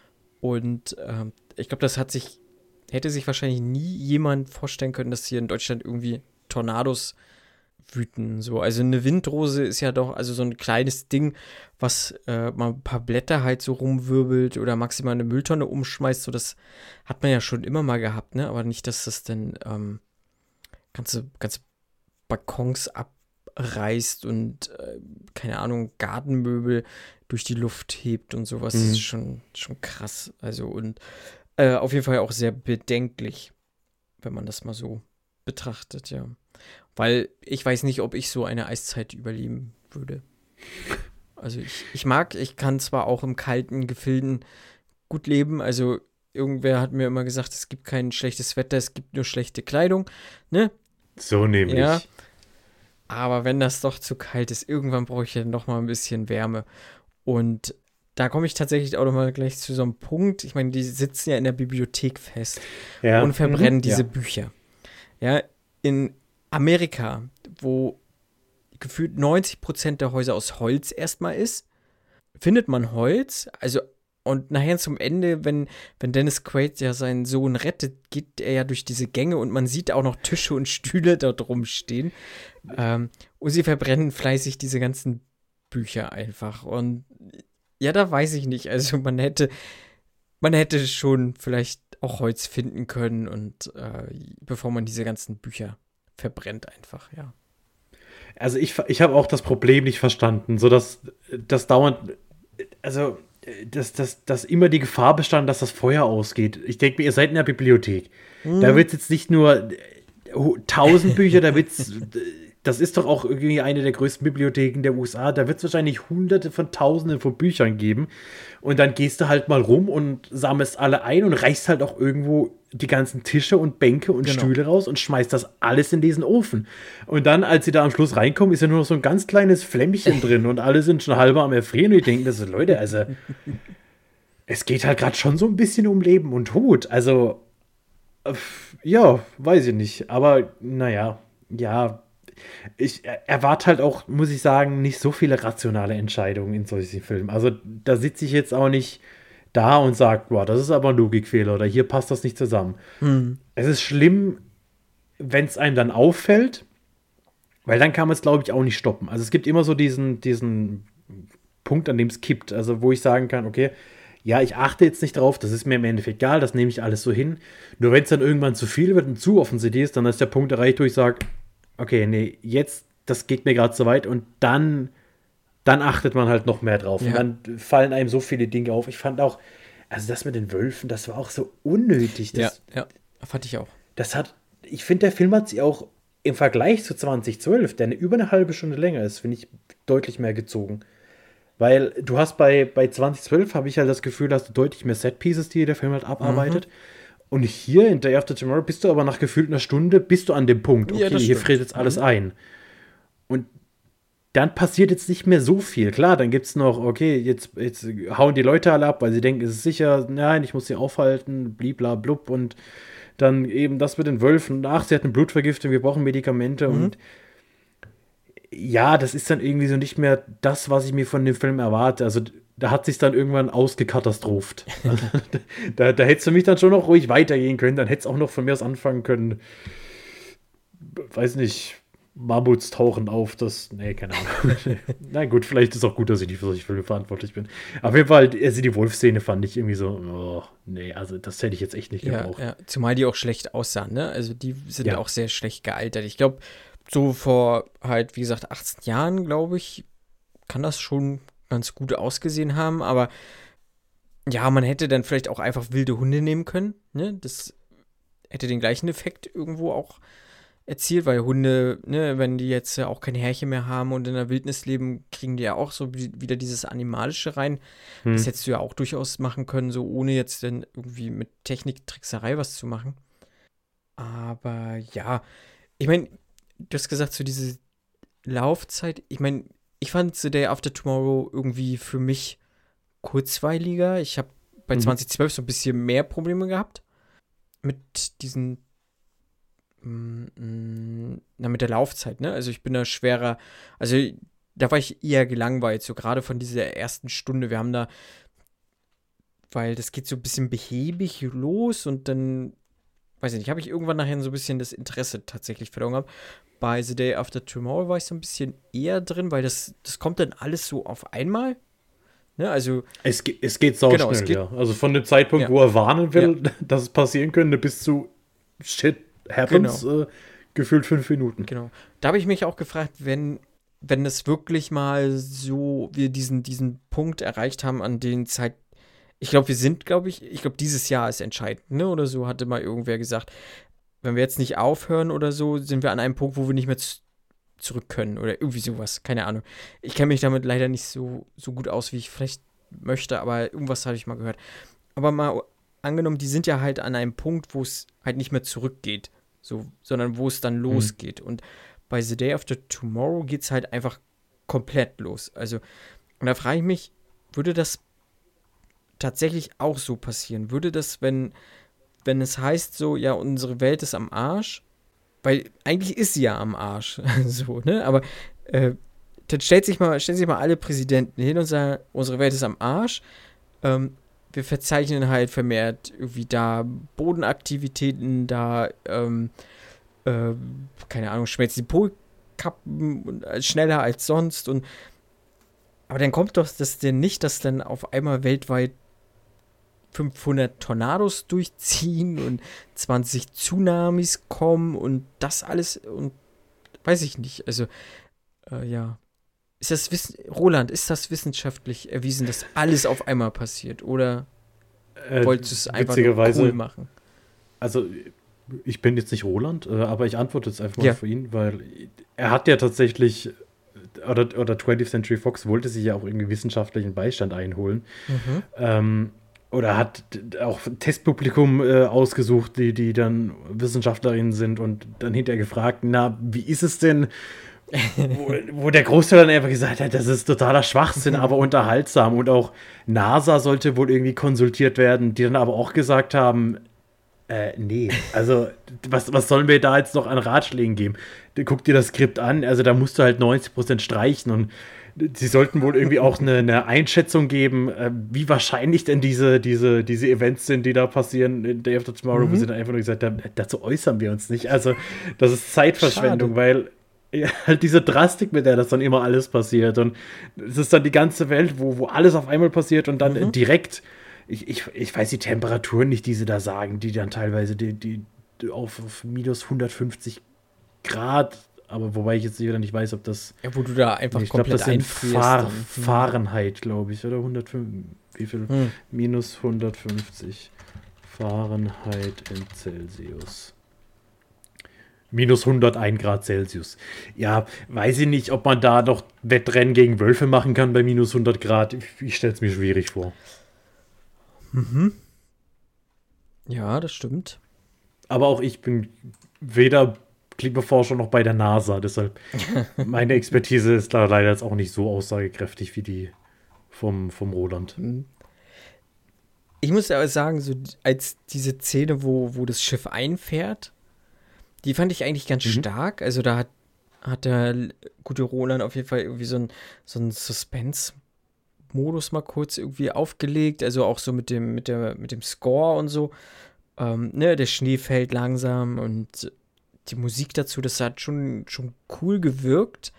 Und ähm, ich glaube, das hat sich hätte sich wahrscheinlich nie jemand vorstellen können, dass hier in Deutschland irgendwie Tornados wüten. So. Also eine Windrose ist ja doch also so ein kleines Ding, was äh, mal ein paar Blätter halt so rumwirbelt oder maximal eine Mülltonne umschmeißt. So, das hat man ja schon immer mal gehabt, ne? Aber nicht, dass das dann ähm, ganze, ganze Balkons abreißt und äh, keine Ahnung, Gartenmöbel durch die Luft hebt und sowas. Mhm. Das ist schon, schon krass. Also und Äh, auf jeden Fall auch sehr bedenklich, wenn man das mal so betrachtet, ja. Weil ich weiß nicht, ob ich so eine Eiszeit überleben würde. Also ich, ich mag, ich kann zwar auch im kalten Gefilden gut leben, also irgendwer hat mir immer gesagt, es gibt kein schlechtes Wetter, es gibt nur schlechte Kleidung, ne? So nämlich. Ja. Aber wenn das doch zu kalt ist, irgendwann brauche ich ja noch mal ein bisschen Wärme. Und da komme ich tatsächlich auch noch mal gleich zu so einem Punkt. Ich meine, die sitzen ja in der Bibliothek fest ja. und verbrennen mhm. diese ja. Bücher. Ja, in Amerika, wo gefühlt neunzig Prozent der Häuser aus Holz erstmal ist, findet man Holz, also Und nachher zum Ende, wenn, wenn Dennis Quaid ja seinen Sohn rettet, geht er ja durch diese Gänge und man sieht auch noch Tische und Stühle dort rumstehen. Ähm, und sie verbrennen fleißig diese ganzen Bücher einfach. Und ja, da weiß ich nicht. Also man hätte, man hätte schon vielleicht auch Holz finden können und äh, bevor man diese ganzen Bücher verbrennt einfach, ja. Also ich, ich habe auch das Problem nicht verstanden, so dass das dauernd, also dass, dass, dass immer die Gefahr bestand, dass das Feuer ausgeht. Ich denke mir, ihr seid in der Bibliothek. Mhm. Da wird es jetzt nicht nur tausend Bücher, da wird's, das ist doch auch irgendwie eine der größten Bibliotheken der U S A, da wird es wahrscheinlich hunderte von tausenden von Büchern geben. Und dann gehst du halt mal rum und sammelst alle ein und reichst halt auch irgendwo die ganzen Tische und Bänke und genau. Stühle raus und schmeißt das alles in diesen Ofen. Und dann, als sie da am Schluss reinkommen, ist ja nur noch so ein ganz kleines Flämmchen drin und alle sind schon halber am Erfrieren und ich denke, das sind Leute, also es geht halt gerade schon so ein bisschen um Leben und Tod. Also, äh, ja, weiß ich nicht. Aber, naja, ja, ich erwarte halt auch, muss ich sagen, nicht so viele rationale Entscheidungen in solchen Filmen. Also da sitze ich jetzt auch nicht da und sage, boah, das ist aber ein Logikfehler oder hier passt das nicht zusammen. Hm. Es ist schlimm, wenn es einem dann auffällt, weil dann kann man es, glaube ich, auch nicht stoppen. Also es gibt immer so diesen, diesen Punkt, an dem es kippt. Also wo ich sagen kann, okay, ja, ich achte jetzt nicht drauf, das ist mir im Endeffekt egal, das nehme ich alles so hin. Nur wenn es dann irgendwann zu viel wird und zu offensichtlich ist, dann ist der Punkt erreicht, wo ich sage, okay, nee, jetzt, das geht mir gerade zu weit und dann, dann achtet man halt noch mehr drauf. Ja. Und dann fallen einem so viele Dinge auf. Ich fand auch, also das mit den Wölfen, das war auch so unnötig. Das, ja, ja, fand ich auch. Das hat, ich finde, der Film hat sich auch im Vergleich zu zwanzig zwölf, der eine, über eine halbe Stunde länger ist, finde ich deutlich mehr gezogen. Weil du hast bei, bei zwanzig zwölf, habe ich halt das Gefühl, dass du deutlich mehr Setpieces, die der Film halt abarbeitet. Mhm. Und hier in Day After Tomorrow bist du aber nach gefühlt einer Stunde bist du an dem Punkt, okay, ja, hier friert jetzt alles mhm. ein. Und dann passiert jetzt nicht mehr so viel. Klar, dann gibt es noch, okay, jetzt, jetzt hauen die Leute alle ab, weil sie denken, es ist sicher, nein, ich muss sie aufhalten, bliblablub. Und dann eben das mit den Wölfen. Ach, sie hat eine Blutvergiftung, wir brauchen Medikamente. Mhm. Und ja, das ist dann irgendwie so nicht mehr das, was ich mir von dem Film erwarte. Also da hat sich dann irgendwann ausgekatastropht. Also, da, da hättest du mich dann schon noch ruhig weitergehen können. Dann hättest du auch noch von mir aus anfangen können. Weiß nicht, Mammuts tauchen auf. Das, nee, keine Ahnung. Na gut, vielleicht ist auch gut, dass ich nicht für solche Filme verantwortlich bin. Auf jeden Fall, also die Wolf-Szene fand ich irgendwie so, oh, nee, also das hätte ich jetzt echt nicht gebraucht. Ja, ja. Zumal die auch schlecht aussahen, ne? Also die sind ja auch sehr schlecht gealtert. Ich glaube, so vor halt, wie gesagt, achtzehn Jahren, glaube ich, kann das schon ganz gut ausgesehen haben, aber ja, man hätte dann vielleicht auch einfach wilde Hunde nehmen können, ne? Das hätte den gleichen Effekt irgendwo auch erzielt, weil Hunde, ne, wenn die jetzt ja auch kein Härchen mehr haben und in der Wildnis leben, kriegen die ja auch so wieder dieses Animalische rein. Hm. Das hättest du ja auch durchaus machen können, so ohne jetzt dann irgendwie mit Technik, Trickserei was zu machen. Aber ja, ich meine, du hast gesagt, so diese Laufzeit, ich meine, ich fand The Day After Tomorrow irgendwie für mich kurzweiliger. Ich habe bei mhm. zwanzig zwölf so ein bisschen mehr Probleme gehabt mit diesen, mm, na, mit der Laufzeit, ne? Also ich bin da schwerer, also da war ich eher gelangweilt, so gerade von dieser ersten Stunde. Wir haben da, weil das geht so ein bisschen behäbig los und dann, weiß ich nicht, habe ich irgendwann nachher so ein bisschen das Interesse tatsächlich verloren gehabt. Bei The Day After Tomorrow war ich so ein bisschen eher drin, weil das, das kommt dann alles so auf einmal. Ne, also es, es geht sau genau, schnell, geht, ja. Also von dem Zeitpunkt, ja. wo er warnen will, ja. dass es passieren könnte, bis zu Shit happens, genau. äh, gefühlt fünf Minuten. Genau. Da habe ich mich auch gefragt, wenn, wenn es wirklich mal so, wir diesen, diesen Punkt erreicht haben, an den Zeit, ich glaube, wir sind, glaube ich, ich glaube, dieses Jahr ist entscheidend, ne? Oder so hatte mal irgendwer gesagt, wenn wir jetzt nicht aufhören oder so, sind wir an einem Punkt, wo wir nicht mehr z- zurück können oder irgendwie sowas, keine Ahnung. Ich kenne mich damit leider nicht so, so gut aus, wie ich vielleicht möchte, aber irgendwas habe ich mal gehört. Aber mal angenommen, die sind ja halt an einem Punkt, wo es halt nicht mehr zurückgeht, so, sondern wo es dann mhm. losgeht. Und bei The Day After Tomorrow geht es halt einfach komplett los. Also, und da frage ich mich, würde das tatsächlich auch so passieren? Würde das, wenn wenn es heißt so, ja, unsere Welt ist am Arsch, weil eigentlich ist sie ja am Arsch, so, ne, aber äh, dann stellt sich mal, stellen sich mal alle Präsidenten hin und sagen, unsere Welt ist am Arsch, ähm, wir verzeichnen halt vermehrt irgendwie da Bodenaktivitäten, da, ähm, äh, keine Ahnung, schmelzen die Polkappen und, äh, schneller als sonst und aber dann kommt doch das denn nicht, dass dann auf einmal weltweit fünfhundert Tornados durchziehen und zwanzig Tsunamis kommen und das alles und weiß ich nicht, also äh, ja. Ist das Wissen, Roland, ist das wissenschaftlich erwiesen, dass alles auf einmal passiert? Oder Äh, wolltest du es einfach nur witzigerweise, cool machen? also ich bin jetzt nicht Roland, äh, aber ich antworte jetzt einfach mal Ja. für ihn, weil er hat ja tatsächlich, oder, oder twentieth Century Fox wollte sich ja auch irgendwie wissenschaftlichen Beistand einholen. Mhm. Ähm, oder hat d- auch Testpublikum äh, ausgesucht, die, die dann Wissenschaftlerinnen sind und dann hinterher gefragt, na, wie ist es denn? wo, wo der Großteil dann einfach gesagt hat, das ist totaler Schwachsinn, aber unterhaltsam. Und auch NASA sollte wohl irgendwie konsultiert werden, die dann aber auch gesagt haben, äh, nee, also was, was sollen wir da jetzt noch an Ratschlägen geben? Guck dir das Skript an, also da musst du halt neunzig Prozent streichen und sie sollten wohl irgendwie auch eine, eine Einschätzung geben, äh, wie wahrscheinlich denn diese, diese, diese Events sind, die da passieren in Day After Tomorrow, wo sie dann einfach nur gesagt haben, dazu äußern wir uns nicht. Also das ist Zeitverschwendung, Schade. weil ja, halt diese Drastik, mit der das dann immer alles passiert und es ist dann die ganze Welt, wo, wo alles auf einmal passiert und dann Mhm. direkt, ich, ich, ich weiß die Temperaturen nicht, die sie da sagen, die dann teilweise die, die, die auf, auf minus hundertfünfzig Grad, aber wobei ich jetzt wieder nicht weiß, ob das, Ja, wo du da einfach nee, ich glaube, komplett das sind einfrierst. Fahr dann. Fahrenheit, glaube ich, oder hundertfünf, wie viel? Hm. Minus hundertfünfzig Fahrenheit in Celsius. Minus hunderteins Grad Celsius. Ja, weiß ich nicht, ob man da noch Wettrennen gegen Wölfe machen kann bei minus hundert Grad. Ich, ich stelle es mir schwierig vor. Mhm. Ja, das stimmt. Aber auch ich bin weder Klimaforscher noch bei der NASA. Deshalb, meine Expertise ist da leider jetzt auch nicht so aussagekräftig wie die vom, vom Roland. Ich muss aber sagen, so als diese Szene, wo, wo das Schiff einfährt, die fand ich eigentlich ganz Mhm. stark. Also da hat, hat der gute Roland auf jeden Fall irgendwie so ein, so ein Suspense-Modus mal kurz irgendwie aufgelegt. Also auch so mit dem, mit der, mit dem Score und so. Ähm, ne, der Schnee fällt langsam und die Musik dazu, das hat schon, schon cool gewirkt.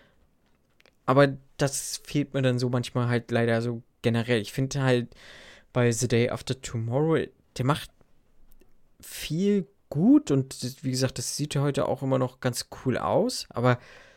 Aber das fehlt mir dann so manchmal halt leider so generell. Ich finde halt bei The Day After Tomorrow, der macht viel gut und das- wie gesagt, das sieht ja heute auch immer noch ganz cool aus, aber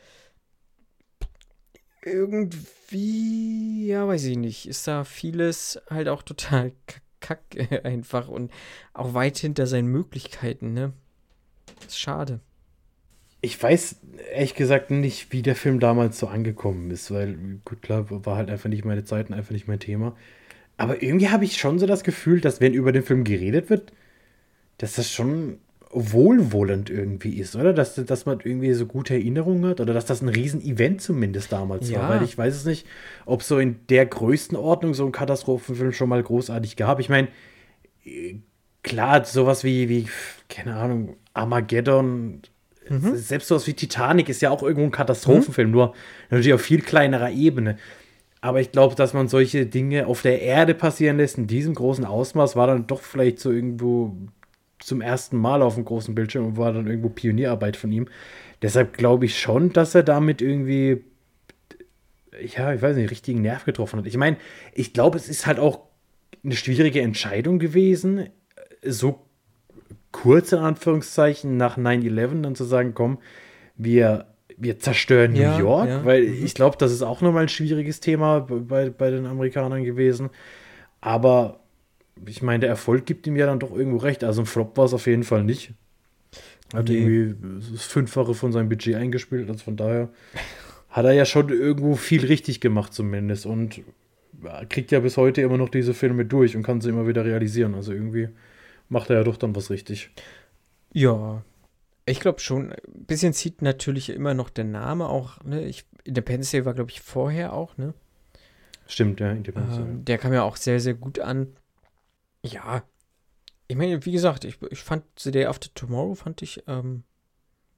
irgendwie, ja, weiß ich nicht, ist da vieles halt auch total k- kack einfach und auch weit hinter seinen Möglichkeiten, ne? Ist schade. Ich weiß ehrlich gesagt nicht, wie der Film damals so angekommen ist, weil, gut, klar, war halt einfach nicht meine Zeit und einfach nicht mein Thema. Aber irgendwie habe ich schon so das Gefühl, dass wenn über den Film geredet wird, dass das schon wohlwollend irgendwie ist, oder? Dass, dass man irgendwie so gute Erinnerungen hat oder dass das ein Riesen-Event zumindest damals Ja. war, weil ich weiß es nicht, ob so in der Größenordnung so ein Katastrophenfilm schon mal großartig gab. Ich meine, äh, klar, sowas wie, wie, keine Ahnung, Armageddon, selbst sowas wie Titanic ist ja auch irgendwo ein Katastrophenfilm, nur natürlich auf viel kleinerer Ebene. Aber ich glaube, dass man solche Dinge auf der Erde passieren lässt, in diesem großen Ausmaß, war dann doch vielleicht so irgendwo zum ersten Mal auf dem großen Bildschirm und war dann irgendwo Pionierarbeit von ihm. Deshalb glaube ich schon, dass er damit irgendwie, ja, ich weiß nicht, richtigen Nerv getroffen hat. Ich meine, ich glaube, es ist halt auch eine schwierige Entscheidung gewesen, so kurz in Anführungszeichen nach nine eleven dann zu sagen, komm, wir, wir zerstören Ja, New York, ja, weil mhm. ich glaube, das ist auch nochmal ein schwieriges Thema bei, bei den Amerikanern gewesen. Aber ich meine, der Erfolg gibt ihm ja dann doch irgendwo recht. Also ein Flop war es auf jeden Fall nicht. Hat Nee. irgendwie das Fünffache von seinem Budget eingespielt. Also von daher hat er ja schon irgendwo viel richtig gemacht zumindest. Und ja, kriegt ja bis heute immer noch diese Filme durch und kann sie immer wieder realisieren. Also irgendwie macht er ja doch dann was richtig. Ja, ich glaube schon. Ein bisschen zieht natürlich immer noch der Name auch, ne? Ich, Independence Day war, glaube ich, vorher auch, ne? Stimmt, ja. Independence Day. Ähm, der kam ja auch sehr, sehr gut an. Ja, ich meine, wie gesagt, ich, ich fand The Day After Tomorrow fand ich ähm,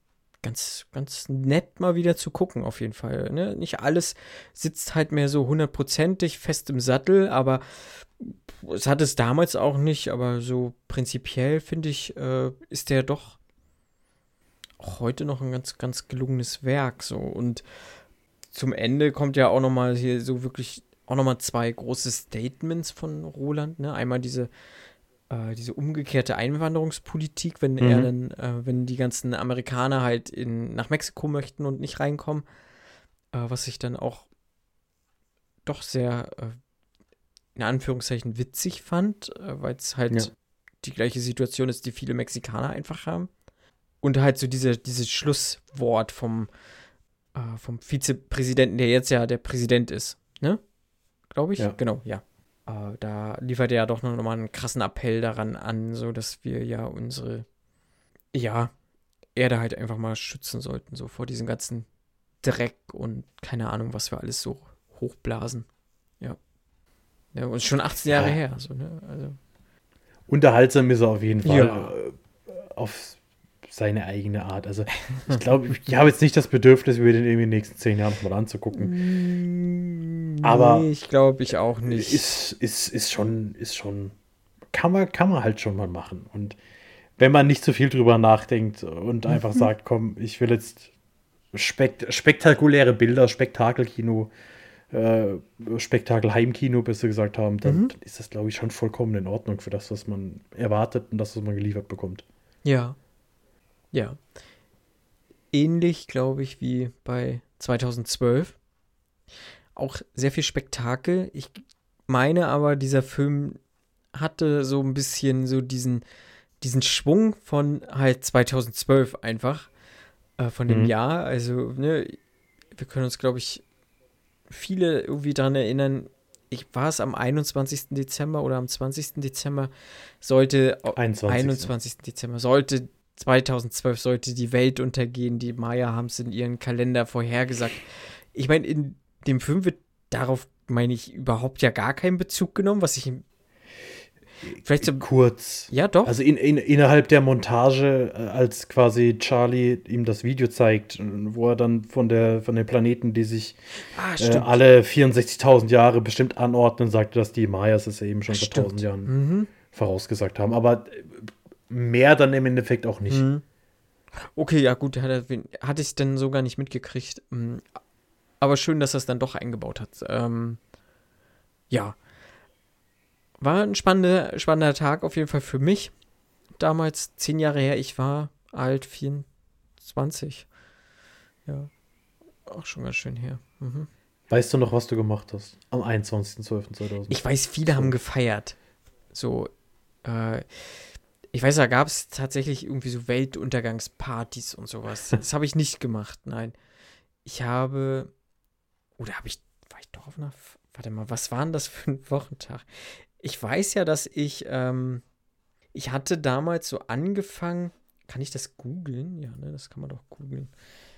ganz, ganz nett mal wieder zu gucken, auf jeden Fall. Ne? Nicht alles sitzt halt mehr so hundertprozentig fest im Sattel, aber es hat es damals auch nicht, aber so prinzipiell, finde ich, äh, ist der doch auch heute noch ein ganz, ganz gelungenes Werk. So. Und zum Ende kommt ja auch nochmal hier so wirklich auch nochmal zwei große Statements von Roland. Ne? Einmal diese äh, diese umgekehrte Einwanderungspolitik, wenn Mhm. er dann, äh, wenn die ganzen Amerikaner halt in, nach Mexiko möchten und nicht reinkommen, äh, was ich dann auch doch sehr, äh, in Anführungszeichen, witzig fand, äh, weil es halt Ja. die gleiche Situation ist, die viele Mexikaner einfach haben. Und halt so diese, dieses Schlusswort vom, äh, vom Vizepräsidenten, der jetzt ja der Präsident ist, ne? Glaube ich? Ja. Genau, ja. Äh, da liefert er ja doch noch mal einen krassen Appell daran an, so dass wir ja unsere, ja, Erde halt einfach mal schützen sollten, so vor diesem ganzen Dreck und keine Ahnung, was wir alles so hochblasen. Ja. Ja, und schon achtzehn Jahre Ja. her, so, ne? Also, Unterhaltsam ist er auf jeden Fall. Ja. äh, Auf seine eigene Art. Also ich glaube, ich habe jetzt nicht das Bedürfnis, mir den irgendwie in den nächsten zehn Jahren mal anzugucken. mm, Aber nee, ich glaube, ich auch nicht. Ist, ist, ist schon, ist schon, kann man, kann man halt schon mal machen. Und wenn man nicht so viel drüber nachdenkt und einfach Mhm. sagt, komm, ich will jetzt spekt spektakuläre Bilder, Spektakelkino, äh, Spektakel-Heimkino, besser gesagt haben, dann, Mhm. dann ist das, glaube ich, schon vollkommen in Ordnung für das, was man erwartet und das, was man geliefert bekommt. Ja. Ja. Ähnlich, glaube ich, wie bei zweitausendzwölf. Auch sehr viel Spektakel. Ich meine aber, dieser Film hatte so ein bisschen so diesen, diesen Schwung von halt zweitausendzwölf einfach, äh, von dem Mhm. Jahr. Also, ne, wir können uns, glaube ich, viele irgendwie daran erinnern, ich war es am einundzwanzigsten Dezember oder am zwanzigsten Dezember, sollte einundzwanzigsten einundzwanzigsten Dezember, sollte zweitausendzwölf sollte die Welt untergehen. Die Maya haben es in ihren Kalender vorhergesagt. Ich meine, in dem Film wird darauf, meine ich, überhaupt ja gar keinen Bezug genommen, was ich vielleicht so, Kurz. ja doch, Also in, in, innerhalb der Montage, äh, als quasi Charlie ihm das Video zeigt, wo er dann von der von den Planeten, die sich ah, äh, stimmt. alle vierundsechzigtausend Jahre bestimmt anordnen, sagte, dass die Mayas es eben schon vor Stimmt. tausend Jahren Mhm. vorausgesagt haben. Aber äh, mehr dann im Endeffekt auch nicht. Mhm. Okay, ja gut, hat er, hatte ich dann sogar nicht mitgekriegt. Mm, Aber schön, dass er es dann doch eingebaut hat. Ähm, ja. War ein spannender, spannender Tag auf jeden Fall für mich. Damals, zehn Jahre her, ich war alt, vierundzwanzig. Ja, auch schon ganz schön her. Mhm. Weißt du noch, was du gemacht hast? Am einundzwanzigsten zwölften zweitausend. Ich weiß, viele haben gefeiert. So, äh, ich weiß, da gab es tatsächlich irgendwie so Weltuntergangspartys und sowas. Das habe ich nicht gemacht, nein. Ich habe, oder habe ich, war ich doch auf einer, F- warte mal, was war denn das für ein Wochentag? Ich weiß ja, dass ich, ähm, ich hatte damals so angefangen, kann ich das googeln? Ja, ne, das kann man doch googeln.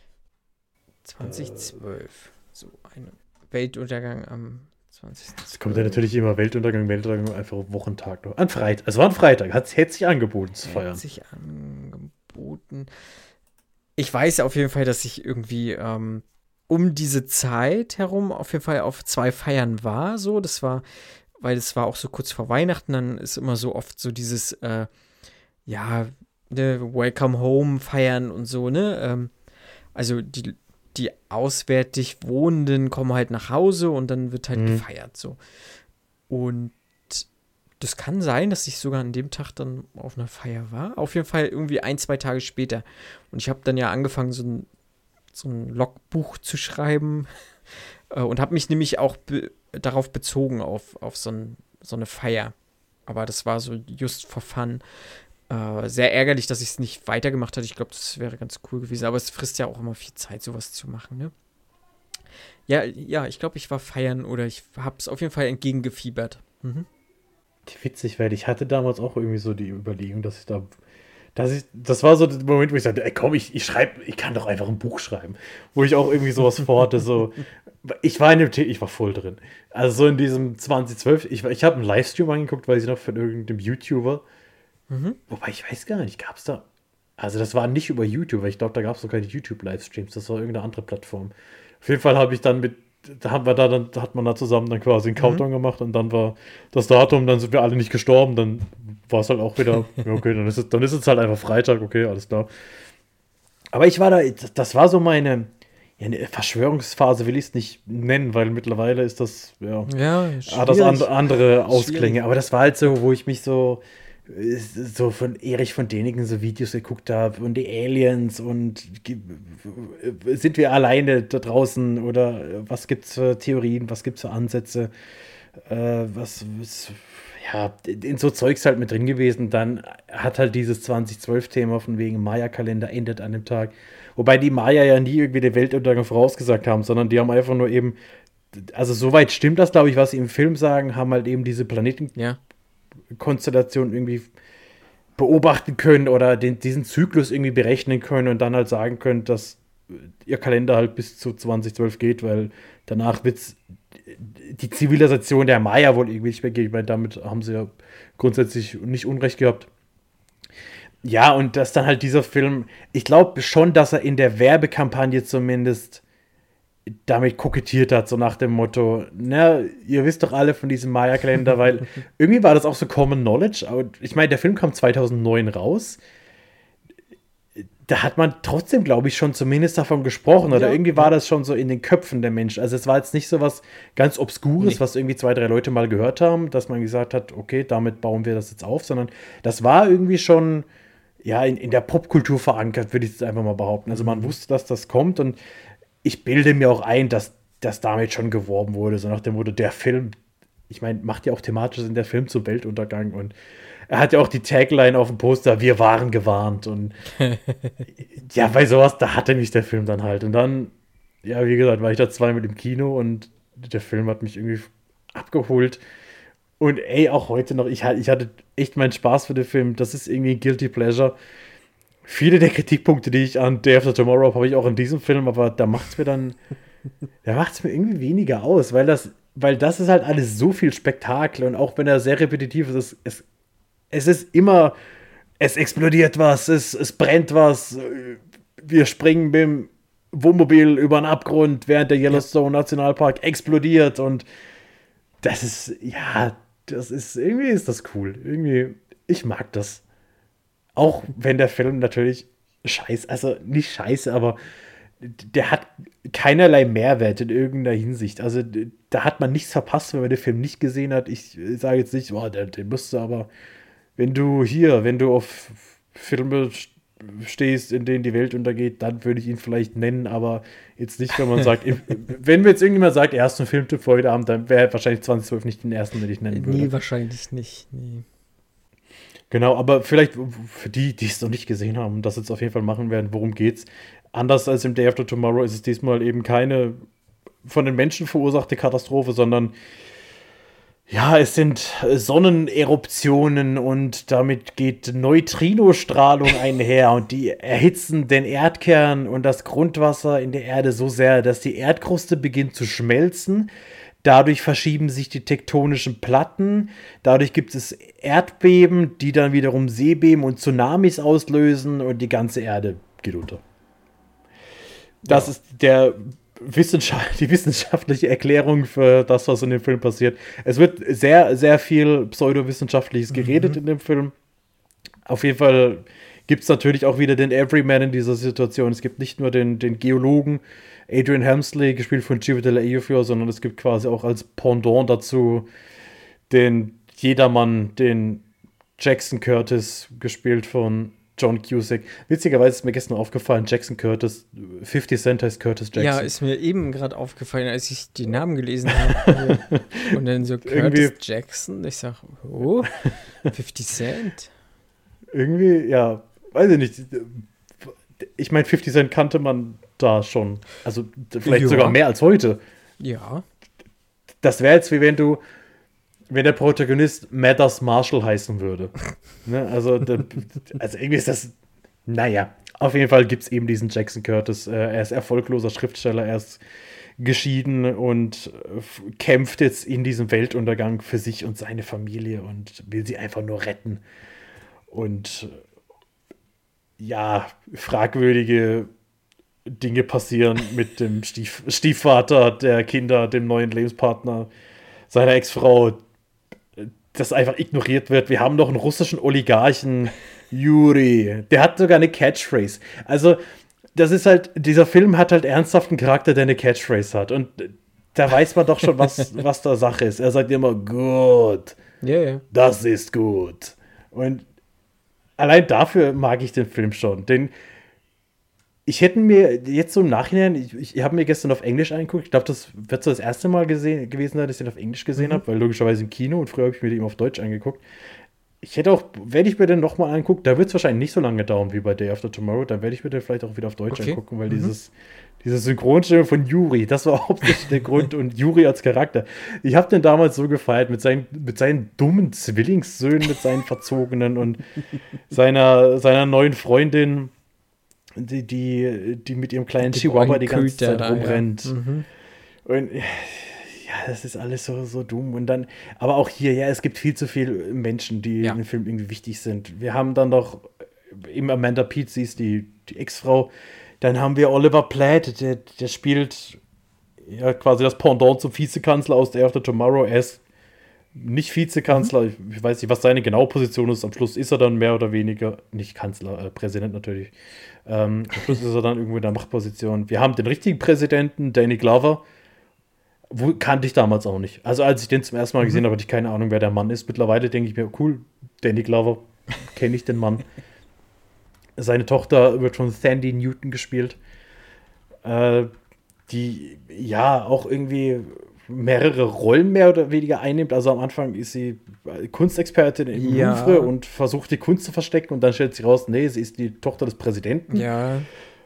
zweitausendzwölf, so ein Weltuntergang am zwanzigsten Es kommt ja natürlich immer Weltuntergang, Weltuntergang, einfach Wochentag. noch. An Freitag. Es war ein Freitag. Hat hätte sich angeboten zu feiern. Hat sich angeboten. Ich weiß auf jeden Fall, dass ich irgendwie ähm, um diese Zeit herum auf jeden Fall auf zwei Feiern war. So, das war, weil es war auch so kurz vor Weihnachten. Dann ist immer so oft so dieses, äh, ja, ne, Welcome Home feiern und so, ne? Ähm, also die, die auswärtig Wohnenden kommen halt nach Hause und dann wird halt Mhm. gefeiert. So. Und das kann sein, dass ich sogar an dem Tag dann auf einer Feier war. Auf jeden Fall irgendwie ein, zwei Tage später. Und ich habe dann ja angefangen, so ein, so ein Logbuch zu schreiben. Äh, und habe mich nämlich auch be- darauf bezogen, auf, auf so, ein, so eine Feier. Aber das war so just for fun. Äh, sehr ärgerlich, dass ich es nicht weitergemacht hatte. Ich glaube, das wäre ganz cool gewesen. Aber es frisst ja auch immer viel Zeit, sowas zu machen, ne? Ja, ja, ich glaube, ich war feiern oder ich habe es auf jeden Fall entgegengefiebert. Mhm. Witzig, weil ich hatte damals auch irgendwie so die Überlegung, dass ich da, dass ich, das war so der Moment, wo ich sagte, ey, komm, ich, ich schreibe, ich kann doch einfach ein Buch schreiben, wo ich auch irgendwie sowas vorhatte, so, ich war in dem, The- ich war voll drin, also so in diesem zweitausendzwölf, ich, war- ich habe einen Livestream angeguckt, weiß ich noch, von irgendeinem YouTuber, Mhm. wobei ich weiß gar nicht, gab es da, Also das war nicht über YouTube, weil ich glaube, da gab es noch keine YouTube-Livestreams, das war irgendeine andere Plattform. Auf jeden Fall habe ich dann mit, da haben wir da dann, da hat man da zusammen dann quasi einen Countdown mhm. gemacht und dann war das Datum, dann sind wir alle nicht gestorben, dann war es halt auch wieder, ja, okay, dann ist es, dann ist es halt einfach Freitag, okay, alles klar. Aber ich war da, das war so meine, ja, eine Verschwörungsphase will ich es nicht nennen, weil mittlerweile ist das, ja, ja hat das and, andere Ausklänge, schwierig. Aber das war halt so, wo ich mich so so von Erich von Däniken so Videos geguckt habe und die Aliens und sind wir alleine da draußen oder was gibt's für Theorien, was gibt's für Ansätze, äh, was, was, ja, in so Zeugs halt mit drin gewesen. Dann hat halt dieses zwanzig zwölf-Thema von wegen Maya-Kalender endet an dem Tag. Wobei die Maya ja nie irgendwie den Weltuntergang vorausgesagt haben, sondern die haben einfach nur eben, also soweit stimmt das, glaube ich, was sie im Film sagen, haben halt eben diese Planeten ja. Konstellation irgendwie beobachten können oder den, diesen Zyklus irgendwie berechnen können und dann halt sagen können, dass ihr Kalender halt bis zu zwanzig zwölf geht, weil danach wird die Zivilisation der Maya wohl irgendwie nicht mehr gehen. Ich meine, damit haben sie ja grundsätzlich nicht Unrecht gehabt. Ja, und dass dann halt dieser Film, ich glaube schon, dass er in der Werbekampagne zumindest damit kokettiert hat, so nach dem Motto, na, ihr wisst doch alle von diesem Maya-Kalender, weil irgendwie war das auch so Common Knowledge. Aber ich meine, der Film kam zweitausendneun raus. Da hat man trotzdem, glaube ich, schon zumindest davon gesprochen. Oder ja, irgendwie war ja. das schon so in den Köpfen der Menschen. Also es war jetzt nicht so was ganz Obskures, nee. was irgendwie zwei, drei Leute mal gehört haben, dass man gesagt hat, okay, damit bauen wir das jetzt auf, sondern das war irgendwie schon ja, in, in der Popkultur verankert, würde ich jetzt einfach mal behaupten. Also man mhm. wusste, dass das kommt und ich bilde mir auch ein, dass das damit schon geworben wurde, so nach dem Motto, der Film, ich meine, macht ja auch thematisch in der Film zum Weltuntergang und er hat ja auch die Tagline auf dem Poster, wir waren gewarnt und ja, bei sowas, da hatte mich der Film dann halt und dann, ja, wie gesagt, war ich da zweimal im Kino und der Film hat mich irgendwie abgeholt und ey, auch heute noch, ich, ich hatte echt meinen Spaß für den Film, das ist irgendwie ein Guilty Pleasure. Viele der Kritikpunkte, die ich an Day After Tomorrow habe, habe ich auch in diesem Film, aber da macht es mir dann, da macht es mir irgendwie weniger aus, weil das, weil das ist halt alles so viel Spektakel und auch wenn er sehr repetitiv ist, es, es ist immer, es explodiert was, es, es brennt was, wir springen mit dem Wohnmobil über einen Abgrund, während der Yellowstone Nationalpark explodiert und das ist, ja, das ist, irgendwie ist das cool, irgendwie, ich mag das. Auch wenn der Film natürlich scheiße, also nicht scheiße, aber der hat keinerlei Mehrwert in irgendeiner Hinsicht. Also da hat man nichts verpasst, wenn man den Film nicht gesehen hat. Ich sage jetzt nicht, oh, den, den musst du aber, wenn du hier, wenn du auf Filme stehst, in denen die Welt untergeht, dann würde ich ihn vielleicht nennen, aber jetzt nicht, wenn man sagt, wenn mir jetzt irgendjemand sagt, ersten Filmtipp für heute Abend, dann wäre wahrscheinlich zwanzig zwölf nicht den ersten, den ich nennen würde. Nee, wahrscheinlich nicht, nee. Genau, aber vielleicht für die, die es noch nicht gesehen haben und das jetzt auf jeden Fall machen werden, worum geht's? Anders als im Day After Tomorrow ist es diesmal eben keine von den Menschen verursachte Katastrophe, sondern ja, es sind Sonneneruptionen und damit geht Neutrinostrahlung einher und die erhitzen den Erdkern und das Grundwasser in der Erde so sehr, dass die Erdkruste beginnt zu schmelzen. Dadurch verschieben sich die tektonischen Platten, dadurch gibt es Erdbeben, die dann wiederum Seebeben und Tsunamis auslösen und die ganze Erde geht unter. Das ja. ist der Wissenschaft, die wissenschaftliche Erklärung für das, was in dem Film passiert. Es wird sehr, sehr viel pseudowissenschaftliches geredet mhm. in dem Film. Auf jeden Fall gibt es natürlich auch wieder den Everyman in dieser Situation. Es gibt nicht nur den, den Geologen Adrian Helmsley, gespielt von Chiwetel Ejiofor, sondern es gibt quasi auch als Pendant dazu den Jedermann, den Jackson Curtis, gespielt von John Cusack. Witzigerweise ist mir gestern aufgefallen, Jackson Curtis, fifty Cent heißt Curtis Jackson. Ja, ist mir eben gerade aufgefallen, als ich die Namen gelesen habe. Und dann so Curtis irgendwie Jackson. Ich sag, oh, fifty Cent. Irgendwie, ja, weiß ich nicht. Ich meine, fifty Cent kannte man da schon. Also vielleicht ja. sogar mehr als heute. Ja. Das wäre jetzt wie wenn du, wenn der Protagonist Mathers Marshall heißen würde. Ne? Also, der, also irgendwie ist das, naja, auf jeden Fall gibt es eben diesen Jackson Curtis. Er ist erfolgloser Schriftsteller, er ist geschieden und kämpft jetzt in diesem Weltuntergang für sich und seine Familie und will sie einfach nur retten. Und ja, fragwürdige Dinge passieren mit dem Stief- Stiefvater der Kinder, dem neuen Lebenspartner seiner Ex-Frau, das einfach ignoriert wird. Wir haben noch einen russischen Oligarchen, Juri, der hat sogar eine Catchphrase. Also, das ist halt, dieser Film hat halt ernsthaft einen Charakter, der eine Catchphrase hat. Und da weiß man doch schon, was, was da Sache ist. Er sagt immer, gut, Ja, ja. das ist gut. Und allein dafür mag ich den Film schon. Denn ich hätte mir jetzt so im Nachhinein, ich, ich habe mir gestern auf Englisch angeguckt, ich glaube, das wird so das erste Mal gesehen, gewesen sein, dass ich den auf Englisch gesehen Mhm. habe, weil logischerweise im Kino und früher habe ich mir den immer auf Deutsch angeguckt. Ich hätte auch, wenn ich mir den nochmal angucke, da wird es wahrscheinlich nicht so lange dauern wie bei Day After Tomorrow, dann werde ich mir den vielleicht auch wieder auf Deutsch Okay. angucken, weil Mhm. dieses, diese Synchronstimme von Juri, das war hauptsächlich der Grund und Juri als Charakter. Ich habe den damals so gefeiert mit seinen, mit seinen dummen Zwillingssöhnen, mit seinen Verzogenen und seiner, seiner neuen Freundin, die, die, die mit ihrem kleinen Dem Chihuahua die ollen ganze Köter Zeit da, ja. rumrennt. Mhm. Und ja, das ist alles so, so dumm. Und dann, aber auch hier, ja, es gibt viel zu viele Menschen, die Ja. in dem Film irgendwie wichtig sind. Wir haben dann noch eben Amanda Peet, sie ist die, die Ex-Frau. Dann haben wir Oliver Platt, der, der spielt ja quasi das Pendant zum Vizekanzler aus Day After Tomorrow. Er ist nicht Vizekanzler, ich, ich weiß nicht, was seine genaue Position ist. Am Schluss ist er dann mehr oder weniger, nicht Kanzler, äh, Präsident natürlich. Ähm, am Schluss ist er dann irgendwo in der Machtposition. Wir haben den richtigen Präsidenten, Danny Glover. Wo, kannte ich damals auch nicht. Also als ich den zum ersten Mal gesehen habe, hatte ich keine Ahnung, wer der Mann ist. Mittlerweile denke ich mir, cool, Danny Glover, kenne ich den Mann. Seine Tochter wird von Thandie Newton gespielt. Äh, die ja auch irgendwie mehrere Rollen mehr oder weniger einnimmt. Also am Anfang ist sie Kunstexpertin im Ja. Louvre und versucht die Kunst zu verstecken und dann stellt sie raus, nee, sie ist die Tochter des Präsidenten. Ja.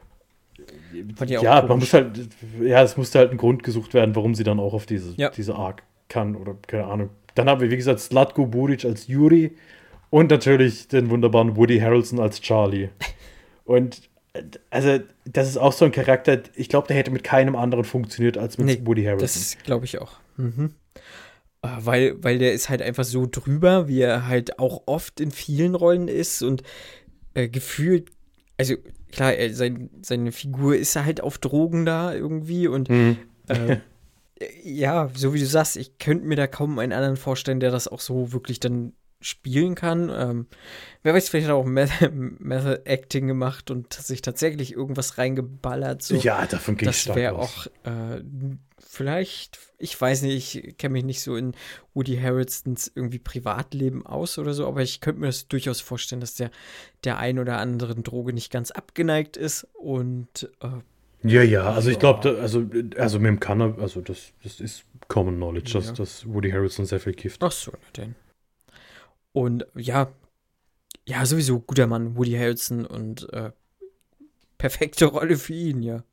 Fand ich auch Ja, man komisch. muss halt, ja, es musste halt ein Grund gesucht werden, warum sie dann auch auf diese, Ja. diese Arc kann oder keine Ahnung. Dann haben wir, wie gesagt, Zlatko Buric als Yuri und natürlich den wunderbaren Woody Harrelson als Charlie. Und äh, also, das ist auch so ein Charakter, ich glaube, der hätte mit keinem anderen funktioniert als mit Nee, Woody Harrelson. Das glaube ich auch. Mhm. Äh, Weil, weil der ist halt einfach so drüber, wie er halt auch oft in vielen Rollen ist und äh, gefühlt, also klar, er, sein, seine Figur ist halt auf Drogen da irgendwie und Mhm. äh, ja, so wie du sagst, ich könnte mir da kaum einen anderen vorstellen, der das auch so wirklich dann spielen kann. Ähm, wer weiß, vielleicht hat er auch Method, Method Acting gemacht und sich tatsächlich irgendwas reingeballert. So. Ja, davon gehe ich Das stark wäre aus. auch äh, vielleicht, ich weiß nicht, ich kenne mich nicht so in Woody Harrelsons irgendwie Privatleben aus oder so, aber ich könnte mir das durchaus vorstellen, dass der der ein oder anderen Droge nicht ganz abgeneigt ist und äh, Ja, ja, also ich Ja. glaube, also, also mit dem Kanner, also das, das ist Common Knowledge, dass, Ja. dass Woody Harrelson sehr viel kifft. ach so, na denn. Und ja, ja, sowieso guter Mann, Woody Harrelson und äh, perfekte Rolle für ihn, ja.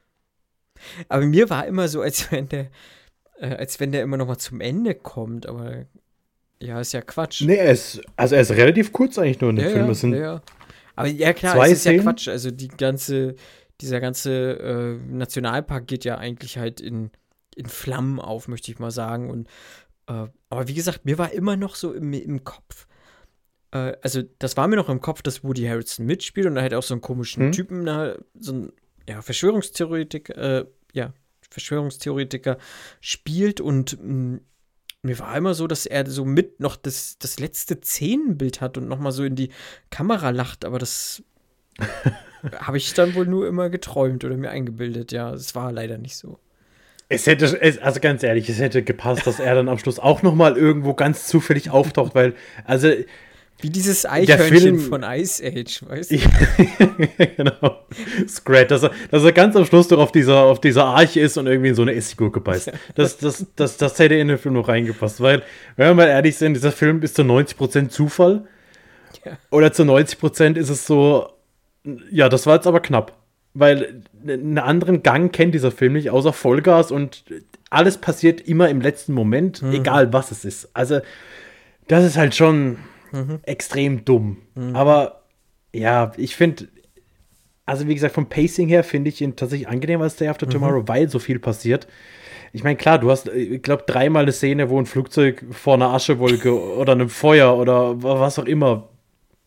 Aber mir war immer so, als wenn der, äh, als wenn der immer noch mal zum Ende kommt, aber ja, ist ja Quatsch. Nee, er ist, also er ist relativ kurz eigentlich nur in dem ja, Film. ja, Es sind ja, ja. Aber ja, klar, zwei es ist ja Szenen. Quatsch. Also die ganze, dieser ganze äh, Nationalpark geht ja eigentlich halt in, in Flammen auf, möchte ich mal sagen. Und äh, aber wie gesagt, mir war immer noch so im, im Kopf, äh, also das war mir noch im Kopf, dass Woody Harrelson mitspielt und er hat auch so einen komischen Hm. Typen, da, so ein ja, Verschwörungstheoretiker, äh, ja, Verschwörungstheoretiker spielt und mh, mir war immer so, dass er so mit noch das, das letzte Szenenbild hat und noch mal so in die Kamera lacht, aber das habe ich dann wohl nur immer geträumt oder mir eingebildet. Ja, es war leider nicht so. Es hätte, es, also ganz ehrlich, es hätte gepasst, dass er dann am Schluss auch noch mal irgendwo ganz zufällig auftaucht, weil, also, Wie dieses Eichhörnchen Film- von Ice Age, weißt du? genau, Scrat, dass er, dass er ganz am Schluss doch auf dieser, auf dieser Arche ist und irgendwie in so eine Essiggurke beißt. Das, das, das, das hätte in den Film noch reingepasst, weil, wenn wir mal ehrlich sind, dieser Film ist zu neunzig Prozent Zufall Ja. oder zu neunzig Prozent ist es so, ja, das war jetzt aber knapp. Weil einen anderen Gang kennt dieser Film nicht, außer Vollgas und alles passiert immer im letzten Moment, Mhm. egal was es ist. Also, das ist halt schon Mhm. extrem dumm. Aber ja, ich finde, also wie gesagt, vom Pacing her finde ich ihn tatsächlich angenehmer als Day After Tomorrow, weil so viel passiert. Ich meine, klar, du hast, ich glaube, dreimal eine Szene, wo ein Flugzeug vor einer Aschewolke oder einem Feuer oder was auch immer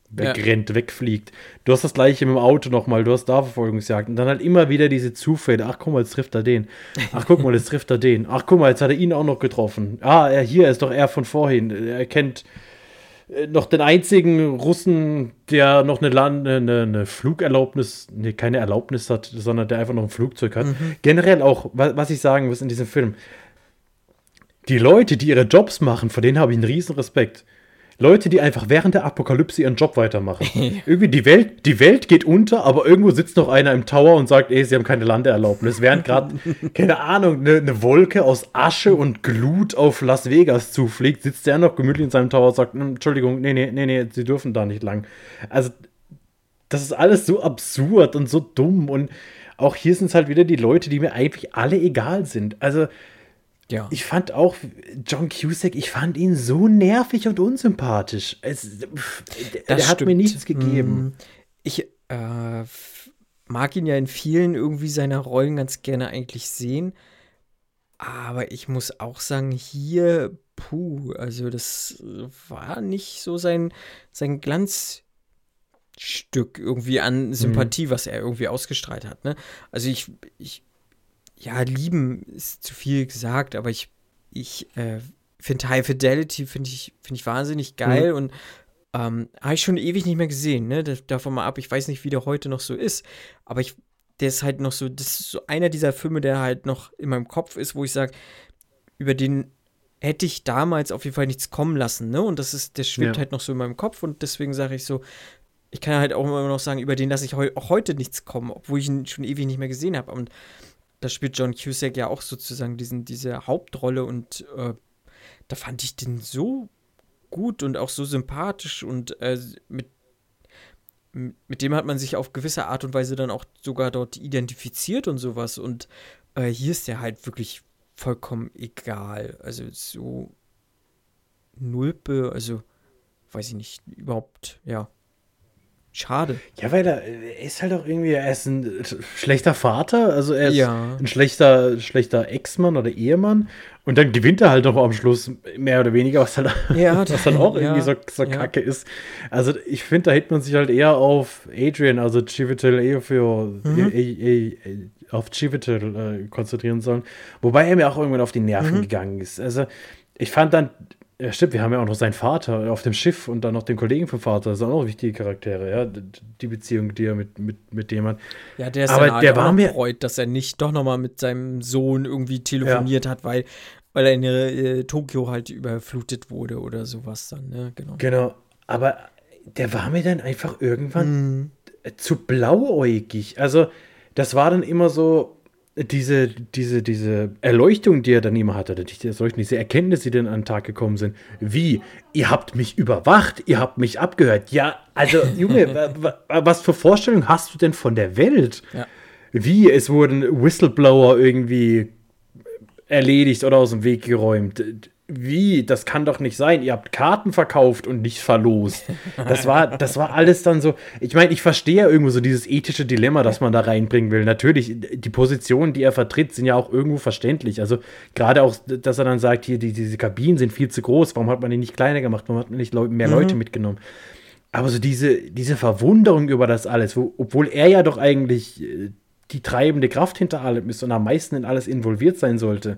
wegrennt, ja. wegfliegt. Du hast das gleiche mit dem Auto nochmal, du hast da Verfolgungsjagd und dann halt immer wieder diese Zufälle. Ach, guck mal, jetzt trifft er den. Ach, guck mal, jetzt trifft er den. Ach, guck mal, jetzt hat er ihn auch noch getroffen. Ah, er hier ist doch er von vorhin. Er kennt noch den einzigen Russen, der noch eine, Land eine, eine Flugerlaubnis, nee, keine Erlaubnis hat, sondern der einfach noch ein Flugzeug hat. Mhm. Generell auch, was ich sagen muss in diesem Film, die Leute, die ihre Jobs machen, vor denen habe ich einen riesen Respekt. Leute, die einfach während der Apokalypse ihren Job weitermachen. Irgendwie die Welt, die Welt geht unter, aber irgendwo sitzt noch einer im Tower und sagt, ey, sie haben keine Landeerlaubnis. Während gerade, keine Ahnung, eine ne Wolke aus Asche und Glut auf Las Vegas zufliegt, sitzt der noch gemütlich in seinem Tower und sagt, Entschuldigung, nee, nee, nee, nee, sie dürfen da nicht lang. Also, das ist alles so absurd und so dumm. Und auch hier sind es halt wieder die Leute, die mir eigentlich alle egal sind. Also, ja. Ich fand auch John Cusack, ich fand ihn so nervig und unsympathisch. Es, der das hat stimmt. mir nichts gegeben. Ich äh, mag ihn ja in vielen irgendwie seiner Rollen ganz gerne eigentlich sehen. Aber ich muss auch sagen, hier, puh, also das war nicht so sein, sein Glanzstück irgendwie an Sympathie, mhm. was er irgendwie ausgestrahlt hat. Ne? Also ich, ich Ja, lieben ist zu viel gesagt, aber ich, ich äh, finde High Fidelity finde ich, find ich wahnsinnig geil mhm. und ähm, habe ich schon ewig nicht mehr gesehen, ne? Davon mal ab, ich weiß nicht, wie der heute noch so ist, aber ich, der ist halt noch so, das ist so einer dieser Filme, der halt noch in meinem Kopf ist, wo ich sage, über den hätte ich damals auf jeden Fall nichts kommen lassen, ne? Und das ist, der schwebt ja. halt noch so in meinem Kopf und deswegen sage ich so, ich kann halt auch immer noch sagen, über den lasse ich heu- auch heute nichts kommen, obwohl ich ihn schon ewig nicht mehr gesehen habe. Und da spielt John Cusack ja auch sozusagen diesen, diese Hauptrolle und äh, da fand ich den so gut und auch so sympathisch und äh, mit, mit dem hat man sich auf gewisse Art und Weise dann auch sogar dort identifiziert und sowas und äh, hier ist der halt wirklich vollkommen egal, also so Nulpe, also weiß ich nicht, überhaupt, ja. Schade. Ja, weil er, er ist halt auch irgendwie, er ist ein schlechter Vater, also er ist ja. ein schlechter, schlechter Ex-Mann oder Ehemann und dann gewinnt er halt noch am Schluss mehr oder weniger, was halt, ja, was dann auch irgendwie ja, so, so ja. kacke ist. Also ich finde, da hätte man sich halt eher auf Adrian, also Chiwetel Ejiofor, mhm. e, e, e, auf Chiwetel äh, konzentrieren sollen, wobei er mir auch irgendwann auf die Nerven mhm. gegangen ist. Also ich fand dann, ja, stimmt, wir haben ja auch noch seinen Vater auf dem Schiff und dann noch den Kollegen vom Vater. Das sind auch wichtige Charaktere, ja. Die Beziehung, die er mit, mit, mit dem hat. Ja, der ist aber dann der war auch mir freut, dass er nicht doch nochmal mit seinem Sohn irgendwie telefoniert ja. hat, weil, weil er in äh, Tokio halt überflutet wurde oder sowas dann, ne? Genau. Genau, aber der war mir dann einfach irgendwann mhm. zu blauäugig. Also, das war dann immer so. Diese, diese, diese Erleuchtung, die er dann immer hatte, diese, diese Erkenntnisse, die dann an den Tag gekommen sind. Wie? Ihr habt mich überwacht, ihr habt mich abgehört. Ja, also, Junge, was für Vorstellungen hast du denn von der Welt? Ja. Wie? Es wurden Whistleblower irgendwie erledigt oder aus dem Weg geräumt. Wie? Das kann doch nicht sein. Ihr habt Karten verkauft und nicht verlost. Das war, das war alles dann so. Ich meine, ich verstehe ja irgendwo so dieses ethische Dilemma, das man da reinbringen will. Natürlich, die Positionen, die er vertritt, sind ja auch irgendwo verständlich. Also gerade auch, dass er dann sagt, hier, die, diese Kabinen sind viel zu groß. Warum hat man die nicht kleiner gemacht? Warum hat man nicht Leu- mehr mhm. Leute mitgenommen? Aber so diese, diese Verwunderung über das alles, wo, obwohl er ja doch eigentlich die treibende Kraft hinter allem ist und am meisten in alles involviert sein sollte.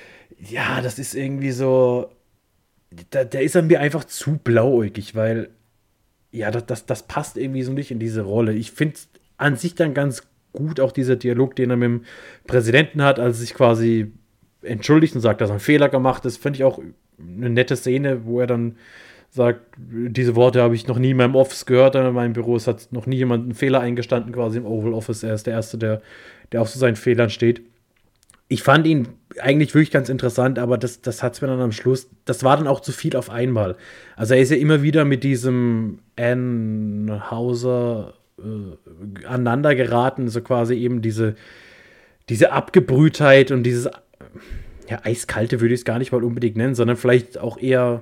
Ja, das ist irgendwie so, da, der ist an mir einfach zu blauäugig, weil, ja, das, das, das passt irgendwie so nicht in diese Rolle. Ich finde es an sich dann ganz gut, auch dieser Dialog, den er mit dem Präsidenten hat, als er sich quasi entschuldigt und sagt, dass er einen Fehler gemacht ist, finde ich auch eine nette Szene, wo er dann sagt, diese Worte habe ich noch nie in meinem Office gehört, in meinem Büro, es hat noch nie jemand einen Fehler eingestanden, quasi im Oval Office, er ist der Erste, der, der auf so seinen Fehlern steht. Ich fand ihn eigentlich wirklich ganz interessant, aber das, das hat es mir dann am Schluss, das war dann auch zu viel auf einmal. Also er ist ja immer wieder mit diesem Anne Hauser äh, aneinander geraten, so quasi eben diese, diese Abgebrühtheit und dieses, ja, Eiskalte würde ich es gar nicht mal unbedingt nennen, sondern vielleicht auch eher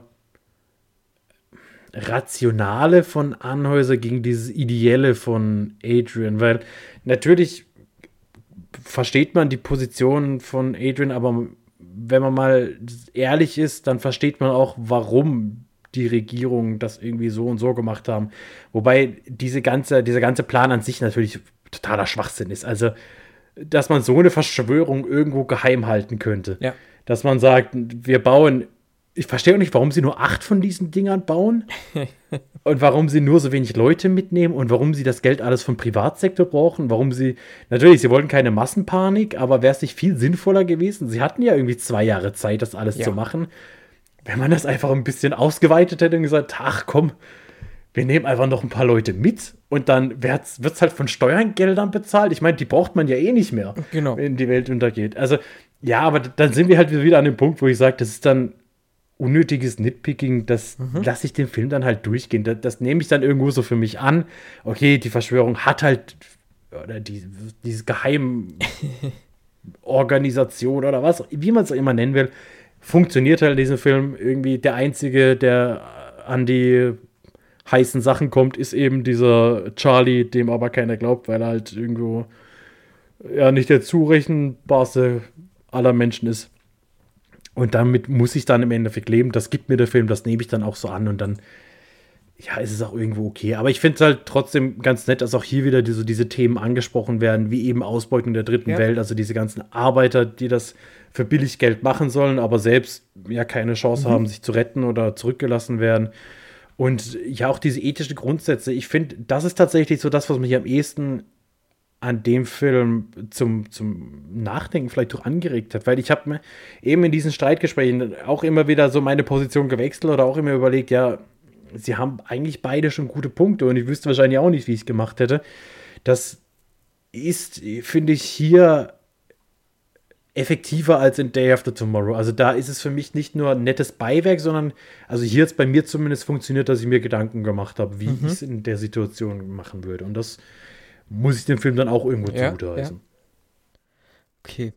Rationale von Anheuser gegen dieses Ideelle von Adrian, weil natürlich versteht man die Position von Adrian, aber wenn man mal ehrlich ist, dann versteht man auch, warum die Regierung das irgendwie so und so gemacht haben. Wobei diese ganze, dieser ganze Plan an sich natürlich totaler Schwachsinn ist. Also, dass man so eine Verschwörung irgendwo geheim halten könnte. Ja. Dass man sagt, wir bauen, ich verstehe auch nicht, warum sie nur acht von diesen Dingern bauen und warum sie nur so wenig Leute mitnehmen und warum sie das Geld alles vom Privatsektor brauchen, warum sie, natürlich, sie wollten keine Massenpanik, aber wäre es nicht viel sinnvoller gewesen? Sie hatten ja irgendwie zwei Jahre Zeit, das alles Ja. zu machen. Wenn man das einfach ein bisschen ausgeweitet hätte und gesagt, ach komm, wir nehmen einfach noch ein paar Leute mit und dann wird es halt von Steuergeldern bezahlt. Ich meine, die braucht man ja eh nicht mehr, Genau. wenn die Welt untergeht. Also, ja, aber dann sind wir halt wieder an dem Punkt, wo ich sage, das ist dann unnötiges Nitpicking, das Mhm. lasse ich den Film dann halt durchgehen. Das, das nehme ich dann irgendwo so für mich an. Okay, die Verschwörung hat halt, oder die, diese Geheimorganisation oder was, wie man es immer nennen will, funktioniert halt in diesem Film. Irgendwie der Einzige, der an die heißen Sachen kommt, ist eben dieser Charlie, dem aber keiner glaubt, weil er halt irgendwo ja nicht der zurechenbarste aller Menschen ist. Und damit muss ich dann im Endeffekt leben. Das gibt mir der Film, das nehme ich dann auch so an und dann, ja, ist es auch irgendwo okay. Aber ich finde es halt trotzdem ganz nett, dass auch hier wieder diese, diese Themen angesprochen werden, wie eben Ausbeutung der dritten Ja. Welt, also diese ganzen Arbeiter, die das für billig Geld machen sollen, aber selbst ja keine Chance Mhm. haben, sich zu retten oder zurückgelassen werden. Und ja, auch diese ethischen Grundsätze. Ich finde, das ist tatsächlich so das, was mich am ehesten an dem Film zum, zum Nachdenken vielleicht auch angeregt hat. Weil ich habe mir eben in diesen Streitgesprächen auch immer wieder so meine Position gewechselt oder auch immer überlegt, ja, sie haben eigentlich beide schon gute Punkte und ich wüsste wahrscheinlich auch nicht, wie ich es gemacht hätte. Das ist, finde ich, hier effektiver als in Day After Tomorrow. Also da ist es für mich nicht nur ein nettes Beiwerk, sondern, also hier hat es bei mir zumindest funktioniert, dass ich mir Gedanken gemacht habe, wie Mhm. ich es in der Situation machen würde. Und das muss ich dem Film dann auch irgendwo Ja, zugutheißen. Okay.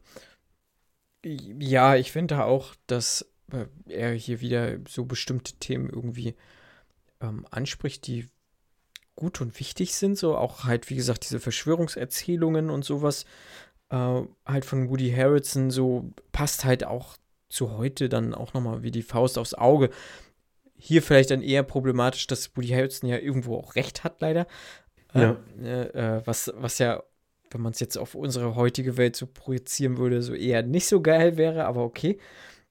Ja, ich finde da auch, dass äh, er hier wieder so bestimmte Themen irgendwie ähm, anspricht, die gut und wichtig sind. So auch halt, wie gesagt, diese Verschwörungserzählungen und sowas äh, halt von Woody Harrelson so passt halt auch zu heute dann auch nochmal wie die Faust aufs Auge. Hier vielleicht dann eher problematisch, dass Woody Harrelson ja irgendwo auch recht hat, leider. Ja. Äh, äh, was, was ja, wenn man es jetzt auf unsere heutige Welt so projizieren würde, so eher nicht so geil wäre, aber okay.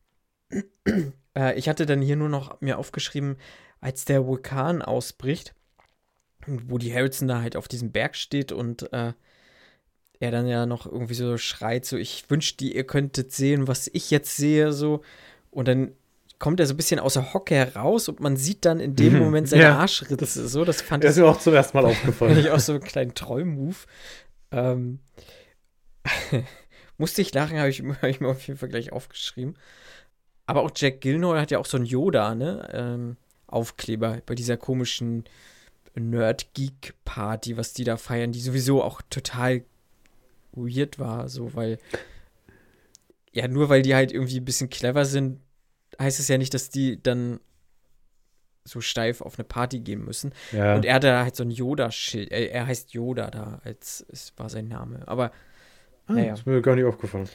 äh, ich hatte dann hier nur noch mir aufgeschrieben, als der Vulkan ausbricht, wo die Harrelson da halt auf diesem Berg steht und äh, er dann ja noch irgendwie so schreit, so ich wünschte, ihr könntet sehen, was ich jetzt sehe, so. Und dann kommt er so ein bisschen aus der Hocke heraus und man sieht dann in dem Mhm. Moment seine Ja. Arschritze, so. Das fand Das ich ist mir auch zum ersten Mal fand aufgefallen. ich auch so einen kleinen Troll-Move. Ähm, musste ich lachen, habe ich, hab ich mir auf jeden Fall gleich aufgeschrieben. Aber auch Jack Gyllenhaal hat ja auch so einen Yoda, ne? Ähm, Aufkleber bei dieser komischen Nerd-Geek-Party, was die da feiern, die sowieso auch total weird war, so, weil ja, nur weil die halt irgendwie ein bisschen clever sind, heißt es ja nicht, dass die dann so steif auf eine Party gehen müssen. Ja. Und er hat da halt so ein Yoda-Schild. Er, er heißt Yoda da, als es war sein Name. Aber ah, naja. ist mir gar nicht aufgefallen.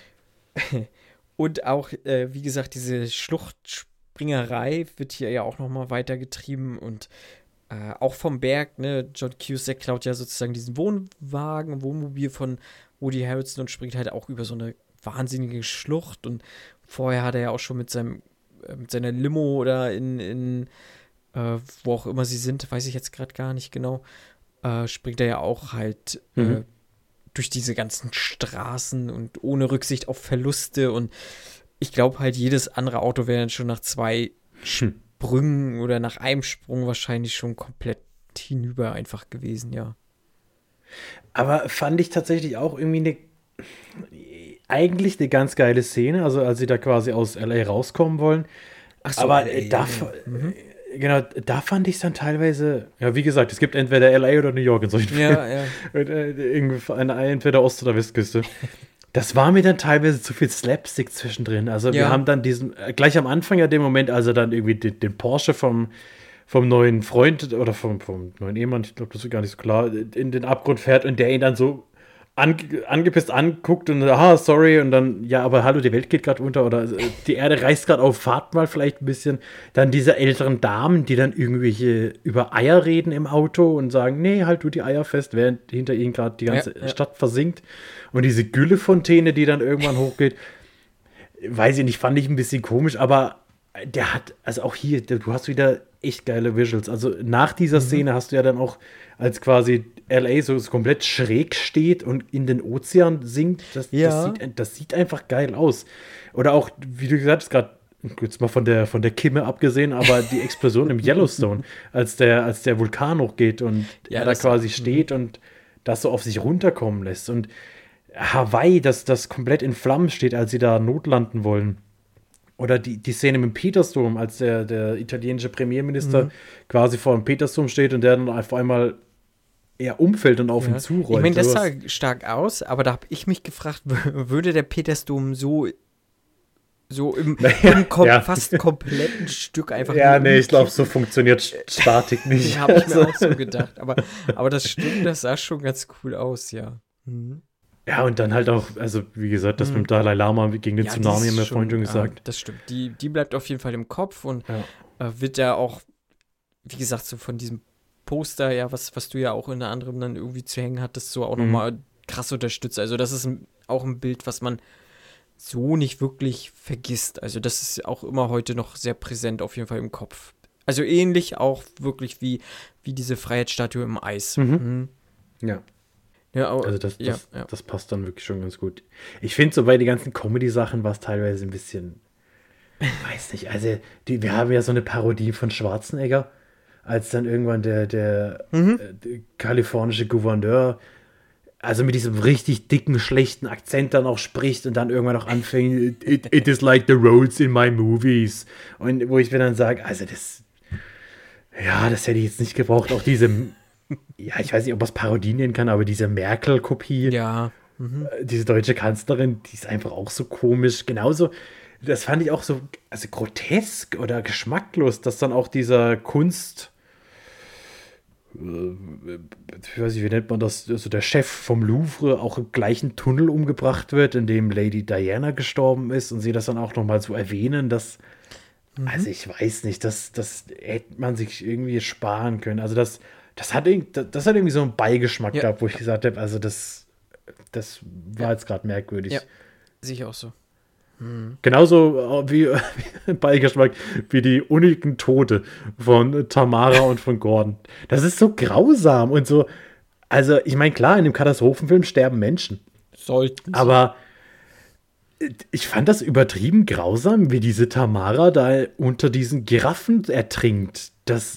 Und auch, äh, wie gesagt, diese Schluchtspringerei wird hier ja auch nochmal weitergetrieben und äh, auch vom Berg, ne, John Cusack klaut ja sozusagen diesen Wohnwagen, Wohnmobil von Woody Harrelson und springt halt auch über so eine wahnsinnige Schlucht und vorher hat er ja auch schon mit seinem, äh, mit seiner Limo oder in, in äh, wo auch immer sie sind, weiß ich jetzt gerade gar nicht genau, äh, springt er ja auch halt Mhm. äh, durch diese ganzen Straßen und ohne Rücksicht auf Verluste und ich glaube halt, jedes andere Auto wäre dann schon nach zwei Hm. Sprüngen oder nach einem Sprung wahrscheinlich schon komplett hinüber einfach gewesen, ja. Aber fand ich tatsächlich auch irgendwie eine eigentlich eine ganz geile Szene, also als sie da quasi aus L A rauskommen wollen. Ach Aber ey, äh, da, ja. Mhm. äh, genau, da fand ich es dann teilweise, ja, wie gesagt, es gibt entweder L A oder New York in solchen Filmen. Ja, ja. Und, äh, irgendwie eine, entweder Ost- oder Westküste. Das war mir dann teilweise zu viel Slapstick zwischendrin. Also wir Ja. haben dann diesen, äh, gleich am Anfang ja den Moment, als er dann irgendwie den, den Porsche vom, vom neuen Freund oder vom, vom neuen Ehemann, ich glaube, das ist gar nicht so klar, in den Abgrund fährt und der ihn dann so An, angepisst anguckt und aha, sorry, und dann, ja, aber hallo, die Welt geht gerade unter oder die Erde reißt gerade auf, fahrt mal vielleicht ein bisschen. Dann diese älteren Damen, die dann irgendwelche über Eier reden im Auto und sagen, nee, halt du die Eier fest, während hinter ihnen gerade die ganze ja, ja. Stadt versinkt. Und diese Güllefontäne, die dann irgendwann hochgeht, weiß ich nicht, fand ich ein bisschen komisch, aber der hat, also auch hier, du hast wieder echt geile Visuals. Also nach dieser mhm. Szene hast du ja dann auch, als quasi L A so, so komplett schräg steht und in den Ozean sinkt, das, ja. das, sieht, das sieht einfach geil aus. Oder auch, wie du gesagt hast, gerade jetzt mal von der, von der Kimme abgesehen, aber die Explosion im Yellowstone, als der, als der Vulkan hochgeht und ja, er da quasi auch, steht m- und das so auf sich runterkommen lässt. Und Hawaii, das, das komplett in Flammen steht, als sie da notlanden wollen. Oder die, die Szene mit dem Petersdom, als der, der italienische Premierminister mhm. quasi vor dem Petersdom steht und der dann auf einmal eher umfällt und auf ja. ihn zurollt. Ich meine, das sah stark aus, aber da habe ich mich gefragt, würde der Petersdom so, so im, naja, im kom- ja. fast kompletten Stück einfach Ja, nee, ich glaube, so funktioniert Statik nicht. Ja, habe ich mir auch so gedacht. Aber, aber das stimmt, das sah schon ganz cool aus, ja. Mhm. Ja, und dann halt auch, also wie gesagt, das mhm. mit dem Dalai Lama gegen den ja, Tsunami haben wir vorhin schon gesagt. Ja, das stimmt. Die, die bleibt auf jeden Fall im Kopf und ja. äh, wird ja auch, wie gesagt, so von diesem Poster, ja, was, was du ja auch unter anderem dann irgendwie zu hängen hattest, so auch mhm. nochmal krass unterstützt. Also das ist ein, auch ein Bild, was man so nicht wirklich vergisst. Also das ist auch immer heute noch sehr präsent auf jeden Fall im Kopf. Also ähnlich auch wirklich wie, wie diese Freiheitsstatue im Eis. Mhm. Mhm. Ja. Ja, aber, also das, das, ja, ja. das passt dann wirklich schon ganz gut. Ich finde, so bei den ganzen Comedy-Sachen war es teilweise ein bisschen, weiß nicht, also die, wir haben ja so eine Parodie von Schwarzenegger, als dann irgendwann der, der, mhm. äh, der kalifornische Gouverneur also mit diesem richtig dicken, schlechten Akzent dann auch spricht und dann irgendwann auch anfängt, it, it is like the roads in my movies. Und wo ich mir dann sage, also das, ja, das hätte ich jetzt nicht gebraucht. Auch diese, ja, ich weiß nicht, ob man es Parodie nennen kann, aber diese Merkel-Kopie, ja. Mhm. diese deutsche Kanzlerin, die ist einfach auch so komisch. Genauso, das fand ich auch so, also grotesk oder geschmacklos, dass dann auch dieser Kunst, ich weiß nicht, wie nennt man das, also der Chef vom Louvre auch im gleichen Tunnel umgebracht wird, in dem Lady Diana gestorben ist und sie das dann auch nochmal so erwähnen, dass, mhm. also ich weiß nicht, das, das hätte man sich irgendwie sparen können. Also das, das hat, das, das hat irgendwie so einen Beigeschmack ja. gehabt, wo ich gesagt habe, also das, das war ja. jetzt gerade merkwürdig. Ja, sehe ich auch so. Mhm. Genauso wie, wie Beigeschmack wie die unnötigen Tode von Tamara und von Gordon. Das ist so grausam und so. Also, ich meine, klar, in einem Katastrophenfilm sterben Menschen. Sollten. Aber ich fand das übertrieben grausam, wie diese Tamara da unter diesen Giraffen ertrinkt. Das,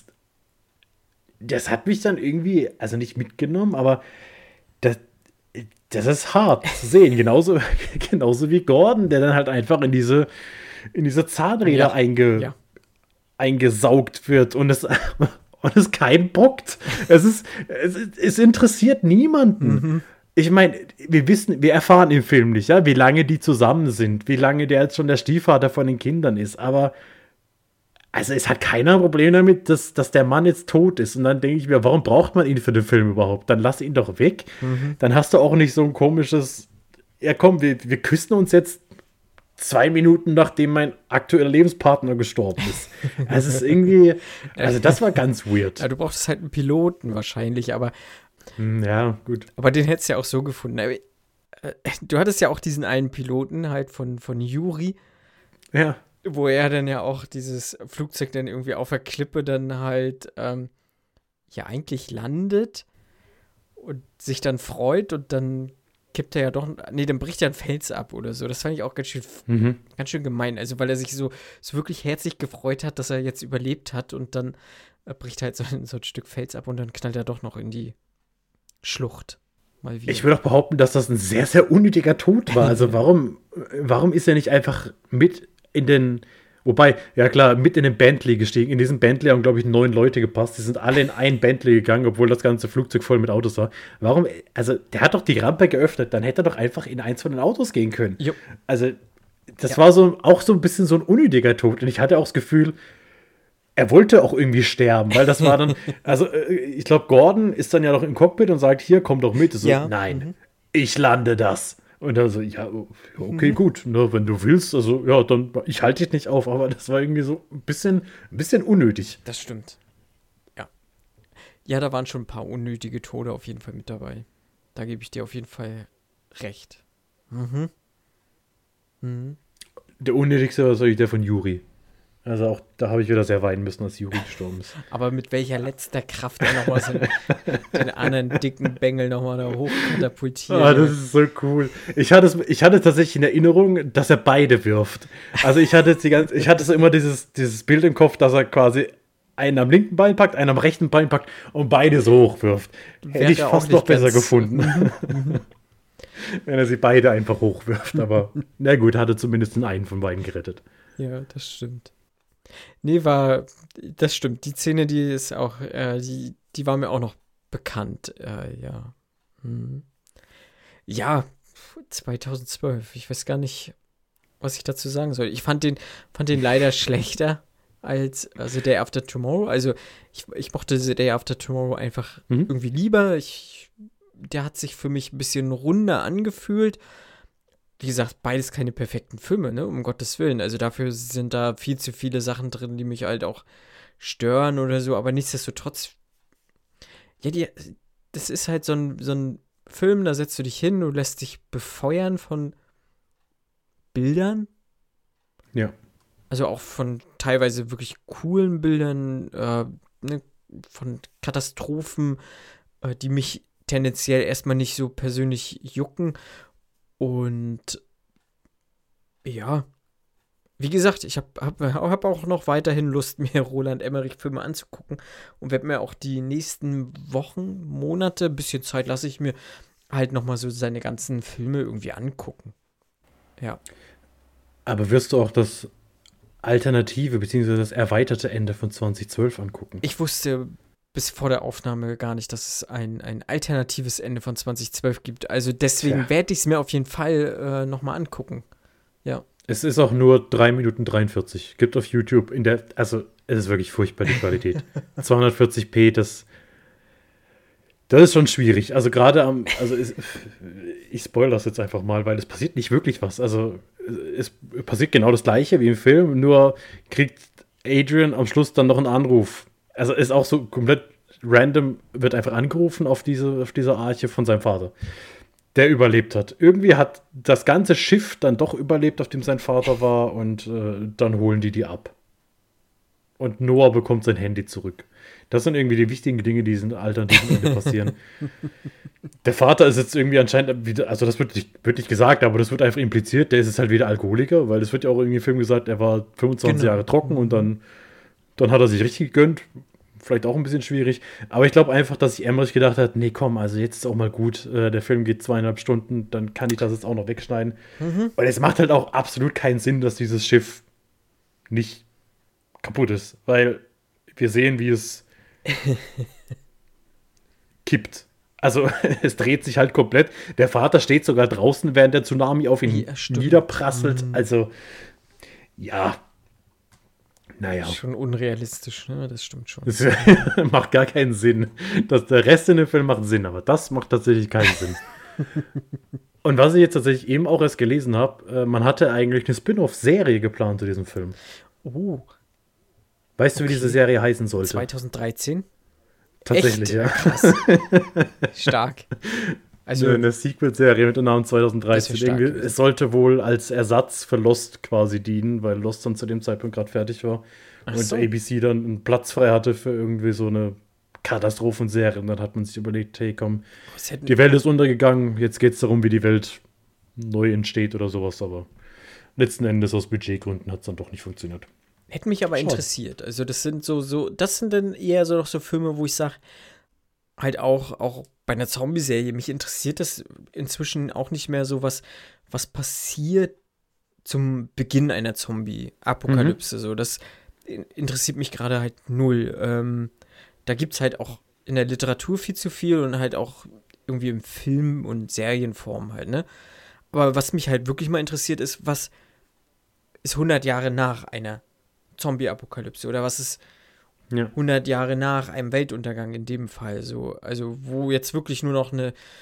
das hat mich dann irgendwie, also nicht mitgenommen, aber das. Das ist hart zu sehen, genauso, genauso wie Gordon, der dann halt einfach in diese, in diese Zahnräder ja. Einge, ja. eingesaugt wird und es, und es keinen bockt. Es, ist, es, es interessiert niemanden. Mhm. Ich meine, wir wissen, wir erfahren im Film nicht, ja, wie lange die zusammen sind, wie lange der jetzt schon der Stiefvater von den Kindern ist, aber also es hat keiner ein Problem damit, dass, dass der Mann jetzt tot ist. Und dann denke ich mir, warum braucht man ihn für den Film überhaupt? Dann lass ihn doch weg. Mhm. Dann hast du auch nicht so ein komisches, ja komm, wir, wir küssen uns jetzt zwei Minuten, nachdem mein aktueller Lebenspartner gestorben ist. Also es ist irgendwie, also das war ganz weird. Ja, du brauchst halt einen Piloten wahrscheinlich, aber ja, gut. Aber den hättest du ja auch so gefunden. Aber, äh, du hattest ja auch diesen einen Piloten halt von, von Yuri. Ja. Wo er dann ja auch dieses Flugzeug dann irgendwie auf der Klippe dann halt ähm, ja eigentlich landet und sich dann freut und dann kippt er ja doch, nee, dann bricht er ein Fels ab oder so. Das fand ich auch ganz schön, mhm. ganz schön gemein. Also weil er sich so, so wirklich herzlich gefreut hat, dass er jetzt überlebt hat und dann äh, bricht halt so, so ein Stück Fels ab und dann knallt er doch noch in die Schlucht. Mal wieder. Ich würde auch behaupten, dass das ein sehr, sehr unnötiger Tod war. Also warum, warum ist er nicht einfach mit in den, wobei, ja klar, mit in den Bentley gestiegen. In diesem Bentley haben, glaube ich, neun Leute gepasst. Die sind alle in ein Bentley gegangen, obwohl das ganze Flugzeug voll mit Autos war. Warum, also, der hat doch die Rampe geöffnet, dann hätte er doch einfach in eins von den Autos gehen können. Jo. Also, das ja. war so auch so ein bisschen so ein unnötiger Tod. Und ich hatte auch das Gefühl, er wollte auch irgendwie sterben, weil das war dann, also, ich glaube, Gordon ist dann ja noch im Cockpit und sagt, hier, komm doch mit. So, ja. nein. Mhm. ich lande das. Und dann so, ja, okay, mhm. gut, ne, wenn du willst, also ja, dann, ich halte dich nicht auf, aber das war irgendwie so ein bisschen, ein bisschen unnötig. Das stimmt. Ja. Ja, da waren schon ein paar unnötige Tode auf jeden Fall mit dabei. Da gebe ich dir auf jeden Fall recht. Mhm. Mhm. Der unnötigste war natürlich der von Yuri. Also auch da habe ich wieder sehr weinen müssen, als Yuri gestorben ist. Aber mit welcher letzter Kraft er nochmal so den anderen dicken Bengel nochmal da hochkatapultiert. Ah, das ist so cool. Ich hatte, es, ich hatte tatsächlich in Erinnerung, dass er beide wirft. Also ich hatte, die ganze, ich hatte so immer dieses, dieses Bild im Kopf, dass er quasi einen am linken Bein packt, einen am rechten Bein packt und beide so hochwirft. Hätte Wäre ich fast noch besser gefunden. Wenn er sie beide einfach hochwirft. Aber na gut, hatte zumindest den einen von beiden gerettet. Ja, das stimmt. Nee, war, das stimmt. Die Szene, die ist auch, äh, die, die war mir auch noch bekannt. Äh, ja. Hm. Ja, zweitausendzwölf. Ich weiß gar nicht, was ich dazu sagen soll. Ich fand den, fand den leider schlechter als also Day After Tomorrow. Also ich, ich mochte The Day After Tomorrow einfach mhm. irgendwie lieber. Ich, der hat sich für mich ein bisschen runder angefühlt. Wie gesagt, beides keine perfekten Filme, ne, um Gottes Willen. Also dafür sind da viel zu viele Sachen drin, die mich halt auch stören oder so, aber nichtsdestotrotz, ja, die, das ist halt so ein, so ein Film, da setzt du dich hin, du lässt dich befeuern von Bildern. Ja. Also auch von teilweise wirklich coolen Bildern, äh, ne, von Katastrophen, äh, die mich tendenziell erstmal nicht so persönlich jucken. Und ja, wie gesagt, ich habe hab, hab auch noch weiterhin Lust, mir Roland Emmerich-Filme anzugucken und werde mir auch die nächsten Wochen, Monate, ein bisschen Zeit lasse ich mir halt nochmal so seine ganzen Filme irgendwie angucken. Ja. Aber wirst du auch das alternative bzw. das erweiterte Ende von zweitausendzwölf angucken? Ich wusste bis vor der Aufnahme gar nicht, dass es ein, ein alternatives Ende von zweitausendzwölf gibt. Also deswegen ja. werde ich es mir auf jeden Fall äh, nochmal angucken. Ja. Es ist auch nur drei Minuten dreiundvierzig. Gibt auf YouTube in der, also es ist wirklich furchtbar, die Qualität. zweihundertvierzig p, das das ist schon schwierig. Also gerade am, also es, ich spoil das jetzt einfach mal, weil es passiert nicht wirklich was. Also es passiert genau das Gleiche wie im Film, nur kriegt Adrian am Schluss dann noch einen Anruf. Also ist auch so komplett random, wird einfach angerufen auf diese, auf dieser Arche von seinem Vater, der überlebt hat. Irgendwie hat das ganze Schiff dann doch überlebt, auf dem sein Vater war, und äh, dann holen die die ab. Und Noah bekommt sein Handy zurück. Das sind irgendwie die wichtigen Dinge, die in alternativen Ende passieren. Der Vater ist jetzt irgendwie anscheinend wieder, also das wird nicht, wird nicht gesagt, aber das wird einfach impliziert, der ist jetzt halt wieder Alkoholiker, weil es wird ja auch irgendwie im Film gesagt, er war fünfundzwanzig genau. Jahre trocken und dann Dann hat er sich richtig gegönnt. Vielleicht auch ein bisschen schwierig. Aber ich glaube einfach, dass sich Emmerich gedacht hat, nee, komm, also jetzt ist auch mal gut. Äh, der Film geht zweieinhalb Stunden, dann kann ich das jetzt auch noch wegschneiden. Mhm. Weil es macht halt auch absolut keinen Sinn, dass dieses Schiff nicht kaputt ist. Weil wir sehen, wie es kippt. Also es dreht sich halt komplett. Der Vater steht sogar draußen, während der Tsunami auf ihn ja, niederprasselt. Mhm. Also, ja. Naja. Schon unrealistisch, ne? Das stimmt schon. Das macht gar keinen Sinn. Das, der Rest in dem Film macht Sinn, aber das macht tatsächlich keinen Sinn. Und was ich jetzt tatsächlich eben auch erst gelesen habe, äh, man hatte eigentlich eine Spin-off-Serie geplant zu diesem Film. Oh. Weißt okay. du, wie diese Serie heißen sollte? zweitausenddreizehn? Tatsächlich, Echt? ja. Krass. Stark. Also eine Sequel-Serie mit dem Namen zweitausenddreizehn. Stark, Irgendwie, es sollte wohl als Ersatz für Lost quasi dienen, weil Lost dann zu dem Zeitpunkt gerade fertig war. Ach und so. A B C dann einen Platz frei hatte für irgendwie so eine Katastrophenserie. Und dann hat man sich überlegt, hey komm, die Welt ist untergegangen, jetzt geht es darum, wie die Welt neu entsteht oder sowas. Aber letzten Endes aus Budgetgründen hat es dann doch nicht funktioniert. Hätte mich aber Schau. interessiert. Also das sind so, so, das sind dann eher so noch so Filme, wo ich sage, halt auch, auch bei einer Zombie-Serie, mich interessiert das inzwischen auch nicht mehr so, was, was passiert zum Beginn einer Zombie-Apokalypse. Mhm. So, das interessiert mich gerade halt null. Ähm, da gibt es halt auch in der Literatur viel zu viel und halt auch irgendwie im Film- und Serienform halt, ne? Aber was mich halt wirklich mal interessiert ist, was ist hundert Jahre nach einer Zombie-Apokalypse oder was ist ja. hundert Jahre nach einem Weltuntergang in dem Fall so, also wo jetzt wirklich nur noch eine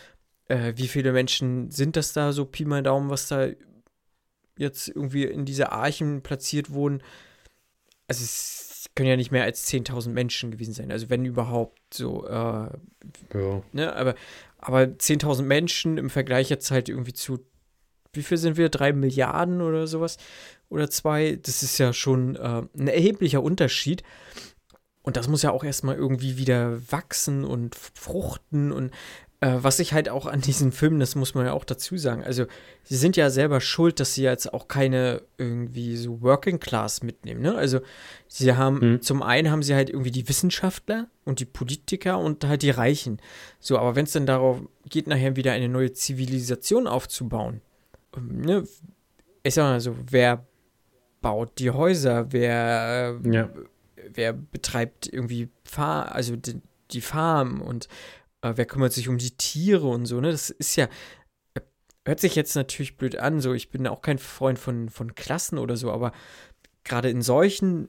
äh, wie viele Menschen sind das da, so Pi mal Daumen, was da jetzt irgendwie in diese Archen platziert wurden. Also es können ja nicht mehr als zehntausend Menschen gewesen sein. Also wenn überhaupt so, äh, Ja. ne, aber, aber zehntausend Menschen im Vergleich jetzt halt irgendwie zu, wie viel sind wir? Drei Milliarden oder sowas? Oder zwei? Das ist ja schon äh, ein erheblicher Unterschied. Und das muss ja auch erstmal irgendwie wieder wachsen und fruchten und äh, was ich halt auch an diesen Filmen, das muss man ja auch dazu sagen, also sie sind ja selber schuld, dass sie jetzt auch keine irgendwie so Working Class mitnehmen, ne? Also sie haben, Hm. zum einen haben sie halt irgendwie die Wissenschaftler und die Politiker und halt die Reichen. So, aber wenn es dann darauf geht, nachher wieder eine neue Zivilisation aufzubauen, ähm, ne? Ich sag mal so, wer baut die Häuser, wer äh, Ja. wer betreibt irgendwie Farm, also die, die Farm und äh, wer kümmert sich um die Tiere und so, ne? Das ist ja, äh, hört sich jetzt natürlich blöd an, so, ich bin auch kein Freund von, von Klassen oder so, aber gerade in solchen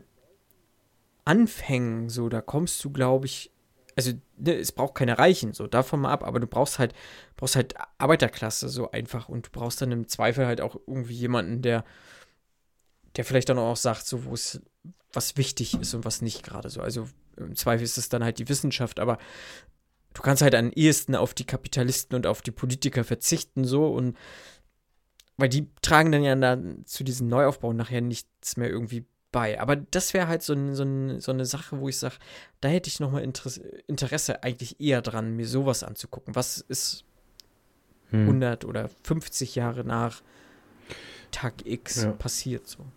Anfängen, so, da kommst du, glaube ich, also, ne, es braucht keine Reichen, so, davon mal ab, aber du brauchst halt, brauchst halt Arbeiterklasse, so einfach, und du brauchst dann im Zweifel halt auch irgendwie jemanden, der, der vielleicht dann auch sagt, so, wo es, was wichtig ist und was nicht gerade so. Also im Zweifel ist es dann halt die Wissenschaft, aber du kannst halt am ehesten auf die Kapitalisten und auf die Politiker verzichten, so, und weil die tragen dann ja dann zu diesem Neuaufbau nachher nichts mehr irgendwie bei. Aber das wäre halt so, ein, so, ein, so eine Sache, wo ich sage, da hätte ich nochmal Interesse, Interesse eigentlich eher dran, mir sowas anzugucken. Was ist Hm. hundert oder fünfzig Jahre nach Tag X Ja. passiert, so.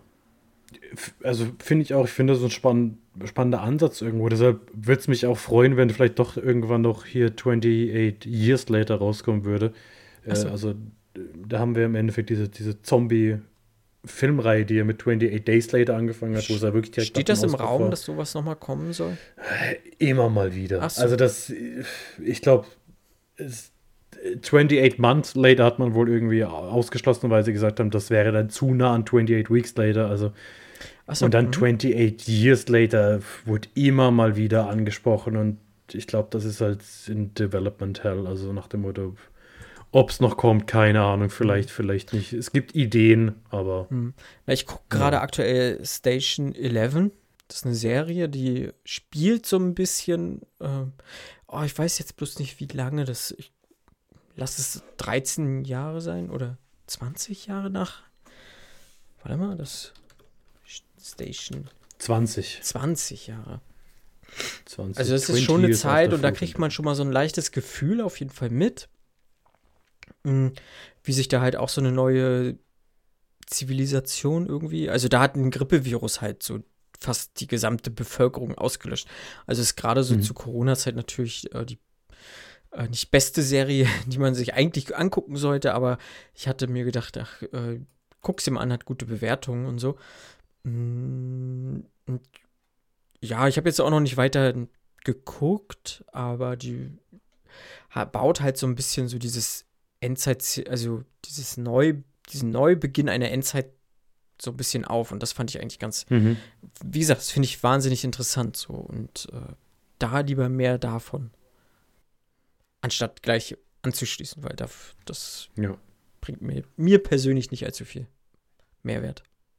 Also finde ich auch, ich finde das so ein spann spannender Ansatz irgendwo. Deshalb würde es mich auch freuen, wenn vielleicht doch irgendwann noch hier twenty-eight Years Later rauskommen würde. Äh, Ach so. also äh, da haben wir im Endeffekt diese, diese Zombie-Filmreihe, die ja mit twenty-eight Days Later angefangen hat, wo es ja wirklich direkt Steht nach das dem im Ausbruch Raum, war. dass sowas nochmal kommen soll? Immer mal wieder. Ach so. Also das, ich glaube, twenty-eight Months Later hat man wohl irgendwie ausgeschlossen, weil sie gesagt haben, das wäre dann zu nah an twenty-eight Weeks Later. Also Achso, und dann mhm. twenty-eight Years Later wurde immer mal wieder angesprochen und ich glaube, das ist halt in Development Hell, also nach dem Motto, ob es noch kommt, keine Ahnung, vielleicht, vielleicht nicht. Es gibt Ideen, aber Hm. Na, ich gucke gerade Ja. aktuell Station elf. Das ist eine Serie, die spielt so ein bisschen. Ähm, oh, ich weiß jetzt bloß nicht, wie lange das. Ich, lass es dreizehn Jahre sein oder zwanzig Jahre nach. Warte mal, das. Station zwanzig. zwanzig Jahre. zwanzig Also, das ist twenty schon eine years Zeit after und da Fusion. kriegt man schon mal so ein leichtes Gefühl auf jeden Fall mit, mh, wie sich da halt auch so eine neue Zivilisation irgendwie, also da hat ein Grippevirus halt so fast die gesamte Bevölkerung ausgelöscht. Also ist gerade so Mhm. zu Corona-Zeit natürlich äh, die äh, nicht beste Serie, die man sich eigentlich angucken sollte, aber ich hatte mir gedacht, ach, äh, guck's dir mal an, hat gute Bewertungen und so. Mm, und ja, ich habe jetzt auch noch nicht weiter geguckt, aber die ha- baut halt so ein bisschen so dieses Endzeit, also dieses Neu, diesen Neubeginn einer Endzeit so ein bisschen auf und das fand ich eigentlich ganz, Mhm. wie gesagt, das finde ich wahnsinnig interessant so und äh, da lieber mehr davon, anstatt gleich anzuschließen, weil da, das Ja. bringt mir, mir persönlich nicht allzu viel Mehrwert.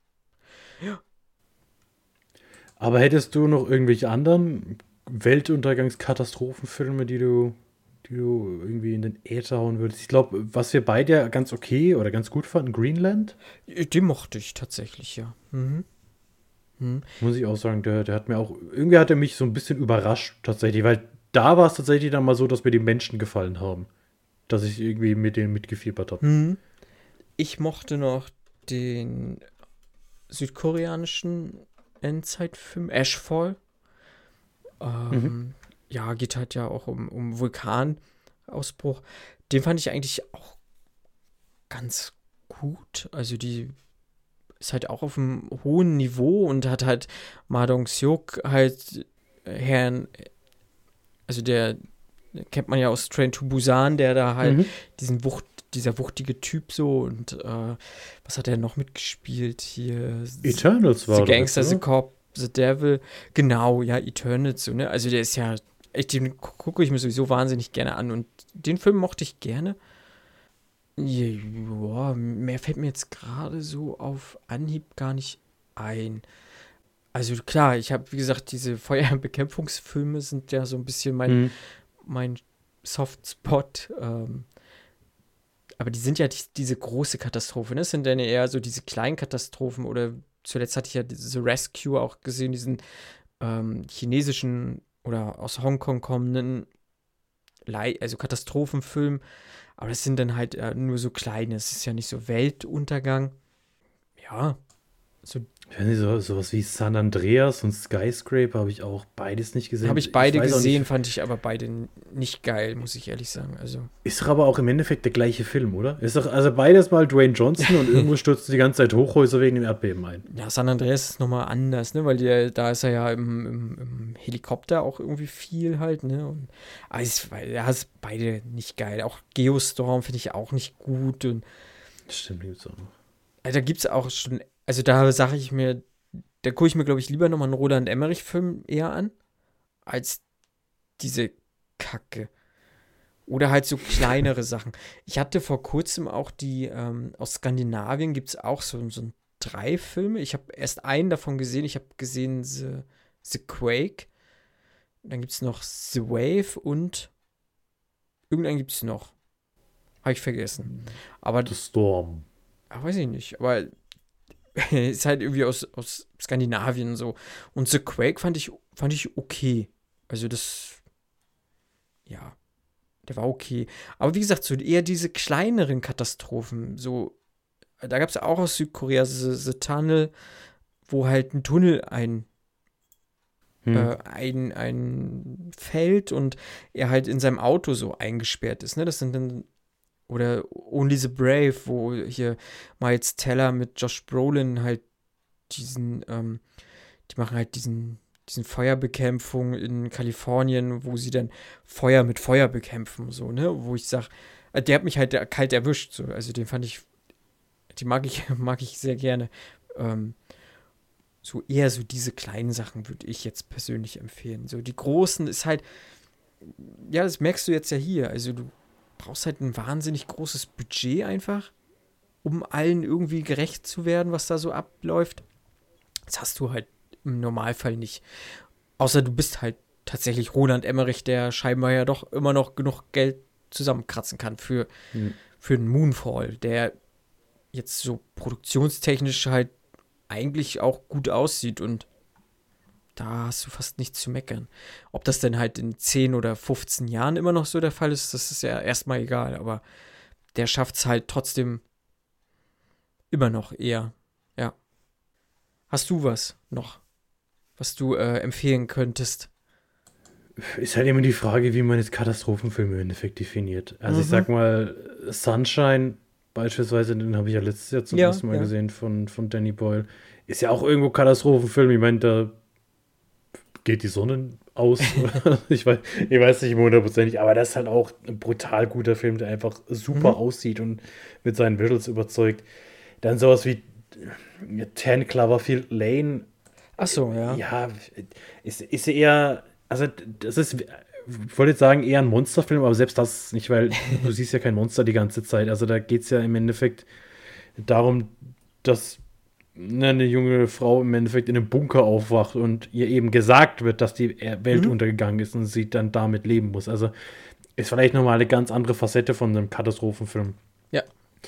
Aber hättest du noch irgendwelche anderen Weltuntergangskatastrophenfilme, die du, die du irgendwie in den Äther hauen würdest? Ich glaube, was wir beide ja ganz okay oder ganz gut fanden, Greenland, Die mochte ich tatsächlich, ja. Mhm. Mhm. muss ich auch sagen, der, der hat mir auch, irgendwie hat er mich so ein bisschen überrascht tatsächlich, weil da war es tatsächlich dann mal so, dass mir die Menschen gefallen haben. Dass ich irgendwie mit denen mitgefiebert habe. Mhm. Ich mochte noch den südkoreanischen Endzeitfilm Ashfall. Ähm, Ja, geht halt ja auch um, um Vulkanausbruch. Den fand ich eigentlich auch ganz gut. Also die ist halt auch auf einem hohen Niveau und hat halt Ma Dong-seok halt äh, Herrn, also der kennt man ja aus Train to Busan, der da halt Mhm. diesen Wucht, dieser wuchtige Typ so und äh, was hat er noch mitgespielt hier? Eternals war The doch Gangster, das, The oder? Cop, The Devil, genau, ja, Eternals, so, ne? Also der ist ja ich, den gucke ich mir sowieso wahnsinnig gerne an. Und den Film mochte ich gerne. Ja, mehr fällt mir jetzt gerade so auf Anhieb gar nicht ein. Also klar, ich habe, wie gesagt, diese Feuerbekämpfungsfilme sind ja so ein bisschen mein, mhm. mein Softspot. Ähm, aber die sind ja die, diese große Katastrophe, ne? Das sind dann eher so diese kleinen Katastrophen. Oder zuletzt hatte ich ja diese Rescue auch gesehen, diesen ähm, chinesischen oder aus Hongkong kommenden Le- also Katastrophenfilm. Aber das sind dann halt äh, nur so kleine. Es ist ja nicht so Weltuntergang. Ja, so. Ich weiß nicht, so, sowas wie San Andreas und Skyscraper habe ich auch beides nicht gesehen. Habe ich beide ich gesehen, fand ich aber beide nicht geil, muss ich ehrlich sagen. Also. Ist doch aber auch im Endeffekt der gleiche Film, oder? Ist doch also beides mal Dwayne Johnson und irgendwo stürzt die ganze Zeit Hochhäuser wegen dem Erdbeben ein. Ja, San Andreas ist nochmal anders, ne? Weil die, da ist er ja im, im, im Helikopter auch irgendwie viel halt, ne? Und, aber es, ja, ist beide nicht geil. Auch Geostorm finde ich auch nicht gut. Und, stimmt, gibt's auch noch. Also da gibt es auch schon. Also da sage ich mir, da gucke ich mir, glaube ich, lieber nochmal einen Roland Emmerich-Film eher an, als diese Kacke. Oder halt so kleinere Sachen. Ich hatte vor kurzem auch die, ähm, aus Skandinavien gibt es auch so, so drei Filme. Ich habe erst einen davon gesehen. Ich habe gesehen The, The Quake. Dann gibt es noch The Wave und irgendeinen gibt es noch. Habe ich vergessen. Aber The Storm. Ach, weiß ich nicht. Aber ist halt irgendwie aus, aus Skandinavien so. Und The Quake fand ich, fand ich okay. Also das, ja, der war okay. Aber wie gesagt, so eher diese kleineren Katastrophen. So, da gab es auch aus Südkorea The, The Tunnel, wo halt ein Tunnel ein, hm. äh, ein, ein fällt und er halt in seinem Auto so eingesperrt ist. Ne? Das sind dann Oder Only the Brave, wo hier Miles Teller mit Josh Brolin halt diesen, ähm, die machen halt diesen, diesen Feuerbekämpfung in Kalifornien, wo sie dann Feuer mit Feuer bekämpfen, so, ne, wo ich sag, der hat mich halt kalt erwischt, so, also den fand ich, die mag ich, mag ich sehr gerne. Ähm, so eher so diese kleinen Sachen würde ich jetzt persönlich empfehlen. So die großen ist halt, ja, das merkst du jetzt ja hier, also du brauchst halt ein wahnsinnig großes Budget einfach, um allen irgendwie gerecht zu werden, was da so abläuft. Das hast du halt im Normalfall nicht. Außer du bist halt tatsächlich Roland Emmerich, der scheinbar ja doch immer noch genug Geld zusammenkratzen kann für, mhm. für einen Moonfall, der jetzt so produktionstechnisch halt eigentlich auch gut aussieht und da hast du fast nichts zu meckern. Ob das denn halt in zehn oder fünfzehn Jahren immer noch so der Fall ist, das ist ja erstmal egal. Aber der schafft es halt trotzdem immer noch eher. Ja. Hast du was noch, was du äh, empfehlen könntest? Ist halt immer die Frage, wie man jetzt Katastrophenfilme im Endeffekt definiert. Also mhm. ich sag mal, Sunshine beispielsweise, den habe ich ja letztes Jahr zum ja, ersten Mal ja. gesehen von, von Danny Boyle. Ist ja auch irgendwo Katastrophenfilm. Ich meine, da geht die Sonne aus. ich, weiß, ich weiß nicht hundertprozentig, aber das ist halt auch ein brutal guter Film, der einfach super mhm. aussieht und mit seinen Visuals überzeugt. Dann sowas wie Ten Cloverfield Lane. Ach so, ja. Ja, ist, ist eher, also das ist, ich wollte jetzt sagen, eher ein Monsterfilm, aber selbst das nicht, weil du siehst ja kein Monster die ganze Zeit. Also da geht es ja im Endeffekt darum, dass eine junge Frau im Endeffekt in einem Bunker aufwacht und ihr eben gesagt wird, dass die Welt mhm. untergegangen ist und sie dann damit leben muss. Also ist vielleicht nochmal eine ganz andere Facette von einem Katastrophenfilm. Ja.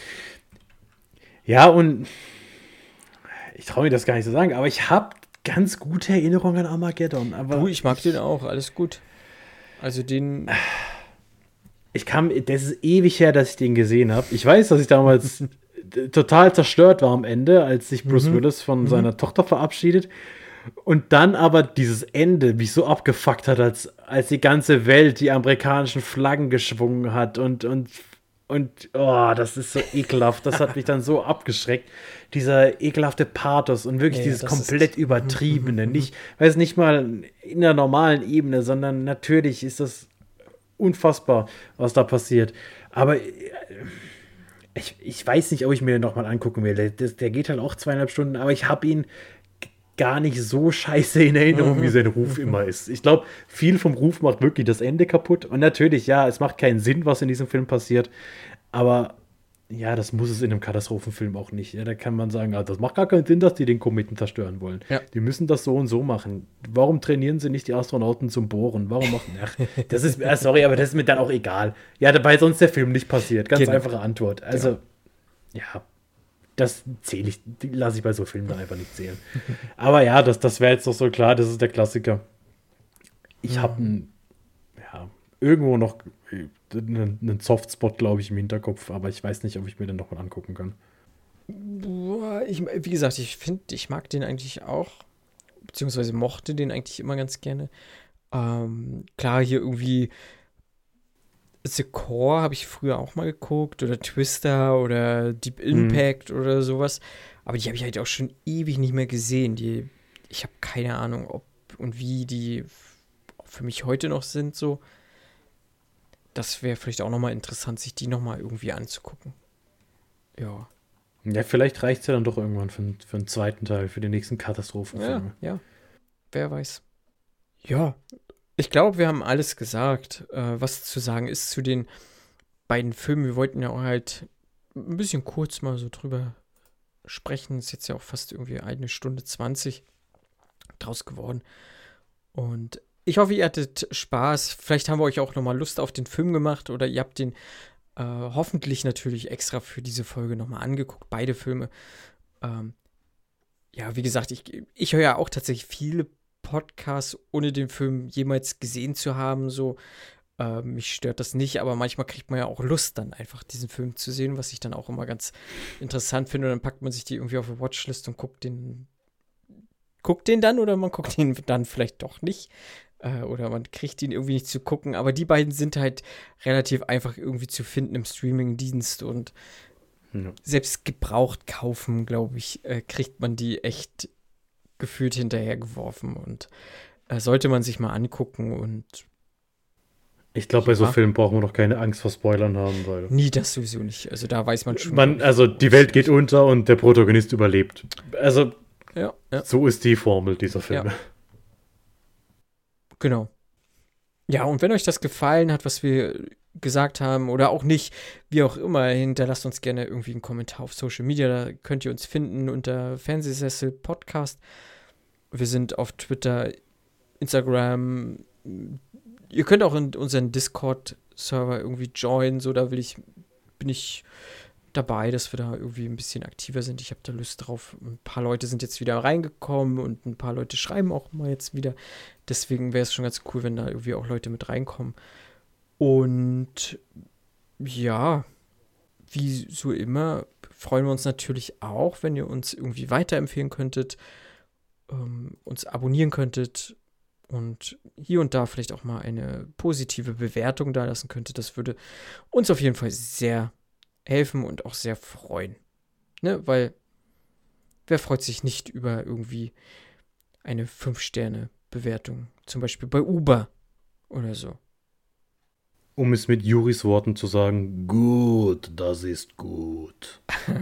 Ja, und ich traue mir das gar nicht zu sagen, aber ich habe ganz gute Erinnerungen an Armageddon. Aber du, ich mag ich, den auch, alles gut. Also den... Ich kam, das ist ewig her, dass ich den gesehen habe. Ich weiß, dass ich damals total zerstört war am Ende, als sich Bruce mhm. Willis von mhm. seiner Tochter verabschiedet. Und dann aber dieses Ende mich so abgefuckt hat, als, als die ganze Welt die amerikanischen Flaggen geschwungen hat. Und, und, und oh, das ist so ekelhaft. Das hat mich dann so abgeschreckt. Dieser ekelhafte Pathos und wirklich ja, dieses komplett ist... übertriebene. nicht, weiß nicht mal in der normalen Ebene, sondern natürlich ist das unfassbar, was da passiert. Aber ich, ich weiß nicht, ob ich mir den nochmal angucken will. Der, der geht halt auch zweieinhalb Stunden, aber ich habe ihn gar nicht so scheiße in Erinnerung, wie sein Ruf immer ist. Ich glaube, viel vom Ruf macht wirklich das Ende kaputt. Und natürlich, ja, es macht keinen Sinn, was in diesem Film passiert. Aber ja, das muss es in einem Katastrophenfilm auch nicht. Ja, da kann man sagen, ah, das macht gar keinen Sinn, dass die den Kometen zerstören wollen. Ja. Die müssen das so und so machen. Warum trainieren sie nicht die Astronauten zum Bohren? Warum machen, ach, das ist, äh, sorry, aber das ist mir dann auch egal. Ja, dabei sonst der Film nicht passiert. Ganz genau. Einfache Antwort. Also, ja. ja. Das zähle ich, die lasse ich bei so Filmen dann einfach nicht zählen. Aber ja, das, das wäre jetzt doch so klar, das ist der Klassiker. Ich habe einen, ja, irgendwo noch einen, einen Softspot, glaube ich, im Hinterkopf, aber ich weiß nicht, ob ich mir den nochmal angucken kann. Ich, wie gesagt, ich finde, ich mag den eigentlich auch, beziehungsweise mochte den eigentlich immer ganz gerne. Ähm, klar, hier irgendwie The Core habe ich früher auch mal geguckt oder Twister oder Deep Impact mhm. oder sowas. Aber die habe ich halt auch schon ewig nicht mehr gesehen. Die, ich habe keine Ahnung, ob und wie die für mich heute noch sind. So, das wäre vielleicht auch nochmal interessant, sich die nochmal irgendwie anzugucken. Ja. Ja, vielleicht reicht es ja dann doch irgendwann für, für einen zweiten Teil, für den nächsten Katastrophenfilm. Ja, ja. Wer weiß. Ja. Ich glaube, wir haben alles gesagt, äh, was zu sagen ist zu den beiden Filmen. Wir wollten ja auch halt ein bisschen kurz mal so drüber sprechen. Ist jetzt ja auch fast irgendwie eine Stunde zwanzig draus geworden. Und ich hoffe, ihr hattet Spaß. Vielleicht haben wir euch auch nochmal Lust auf den Film gemacht oder ihr habt den äh, hoffentlich natürlich extra für diese Folge nochmal angeguckt. Beide Filme. Ähm, ja, wie gesagt, ich, ich höre ja auch tatsächlich viele Podcast, ohne den Film jemals gesehen zu haben, so, äh, mich stört das nicht, aber manchmal kriegt man ja auch Lust, dann einfach diesen Film zu sehen, was ich dann auch immer ganz interessant finde, und dann packt man sich die irgendwie auf eine Watchlist und guckt den, guckt den dann, oder man guckt den dann vielleicht doch nicht, äh, oder man kriegt ihn irgendwie nicht zu gucken, aber die beiden sind halt relativ einfach irgendwie zu finden im Streaming-Dienst und ja. Selbst gebraucht kaufen, glaube ich, äh, kriegt man die echt gefühlt hinterhergeworfen und äh, sollte man sich mal angucken und ich glaube, bei so Filmen brauchen wir noch keine Angst vor Spoilern haben, weil nie, das sowieso nicht. Also da weiß man schon. Man, also die Welt geht unter und der Protagonist überlebt. Also ja, ja. So ist die Formel dieser Filme. Ja. Genau. Ja, und wenn euch das gefallen hat, was wir gesagt haben oder auch nicht, wie auch immer, hinterlasst uns gerne irgendwie einen Kommentar auf Social Media. Da könnt ihr uns finden unter Fernsehsessel Podcast. Wir sind auf Twitter, Instagram. Ihr könnt auch in unseren Discord-Server irgendwie joinen. So, da will ich, bin ich dabei, dass wir da irgendwie ein bisschen aktiver sind. Ich habe da Lust drauf. Ein paar Leute sind jetzt wieder reingekommen und ein paar Leute schreiben auch mal jetzt wieder. Deswegen wäre es schon ganz cool, wenn da irgendwie auch Leute mit reinkommen. Und ja, wie so immer, freuen wir uns natürlich auch, wenn ihr uns irgendwie weiterempfehlen könntet, ähm, uns abonnieren könntet und hier und da vielleicht auch mal eine positive Bewertung da lassen könntet. Das würde uns auf jeden Fall sehr helfen und auch sehr freuen. Ne? Weil wer freut sich nicht über irgendwie eine fünf Sterne Bewertung, zum Beispiel bei Uber oder so. Um es mit Juris Worten zu sagen, gut, das ist gut.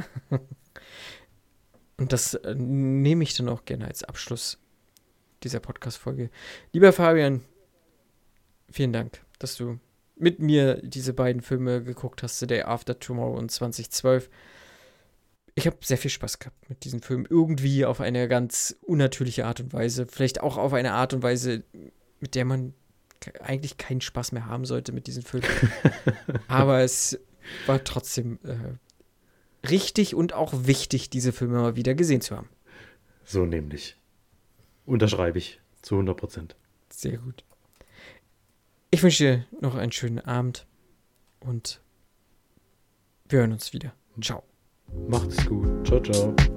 Und das äh, nehme ich dann auch gerne als Abschluss dieser Podcast-Folge. Lieber Fabian, vielen Dank, dass du mit mir diese beiden Filme geguckt hast, The Day After Tomorrow und zwanzig zwölf. Ich habe sehr viel Spaß gehabt mit diesem Film. Irgendwie auf eine ganz unnatürliche Art und Weise. Vielleicht auch auf eine Art und Weise, mit der man eigentlich keinen Spaß mehr haben sollte mit diesem Film. Aber es war trotzdem äh, richtig und auch wichtig, diese Filme mal wieder gesehen zu haben. So nämlich. Unterschreibe ich zu hundert Prozent. Sehr gut. Ich wünsche dir noch einen schönen Abend und wir hören uns wieder. Ciao. Macht's gut. Ciao, ciao.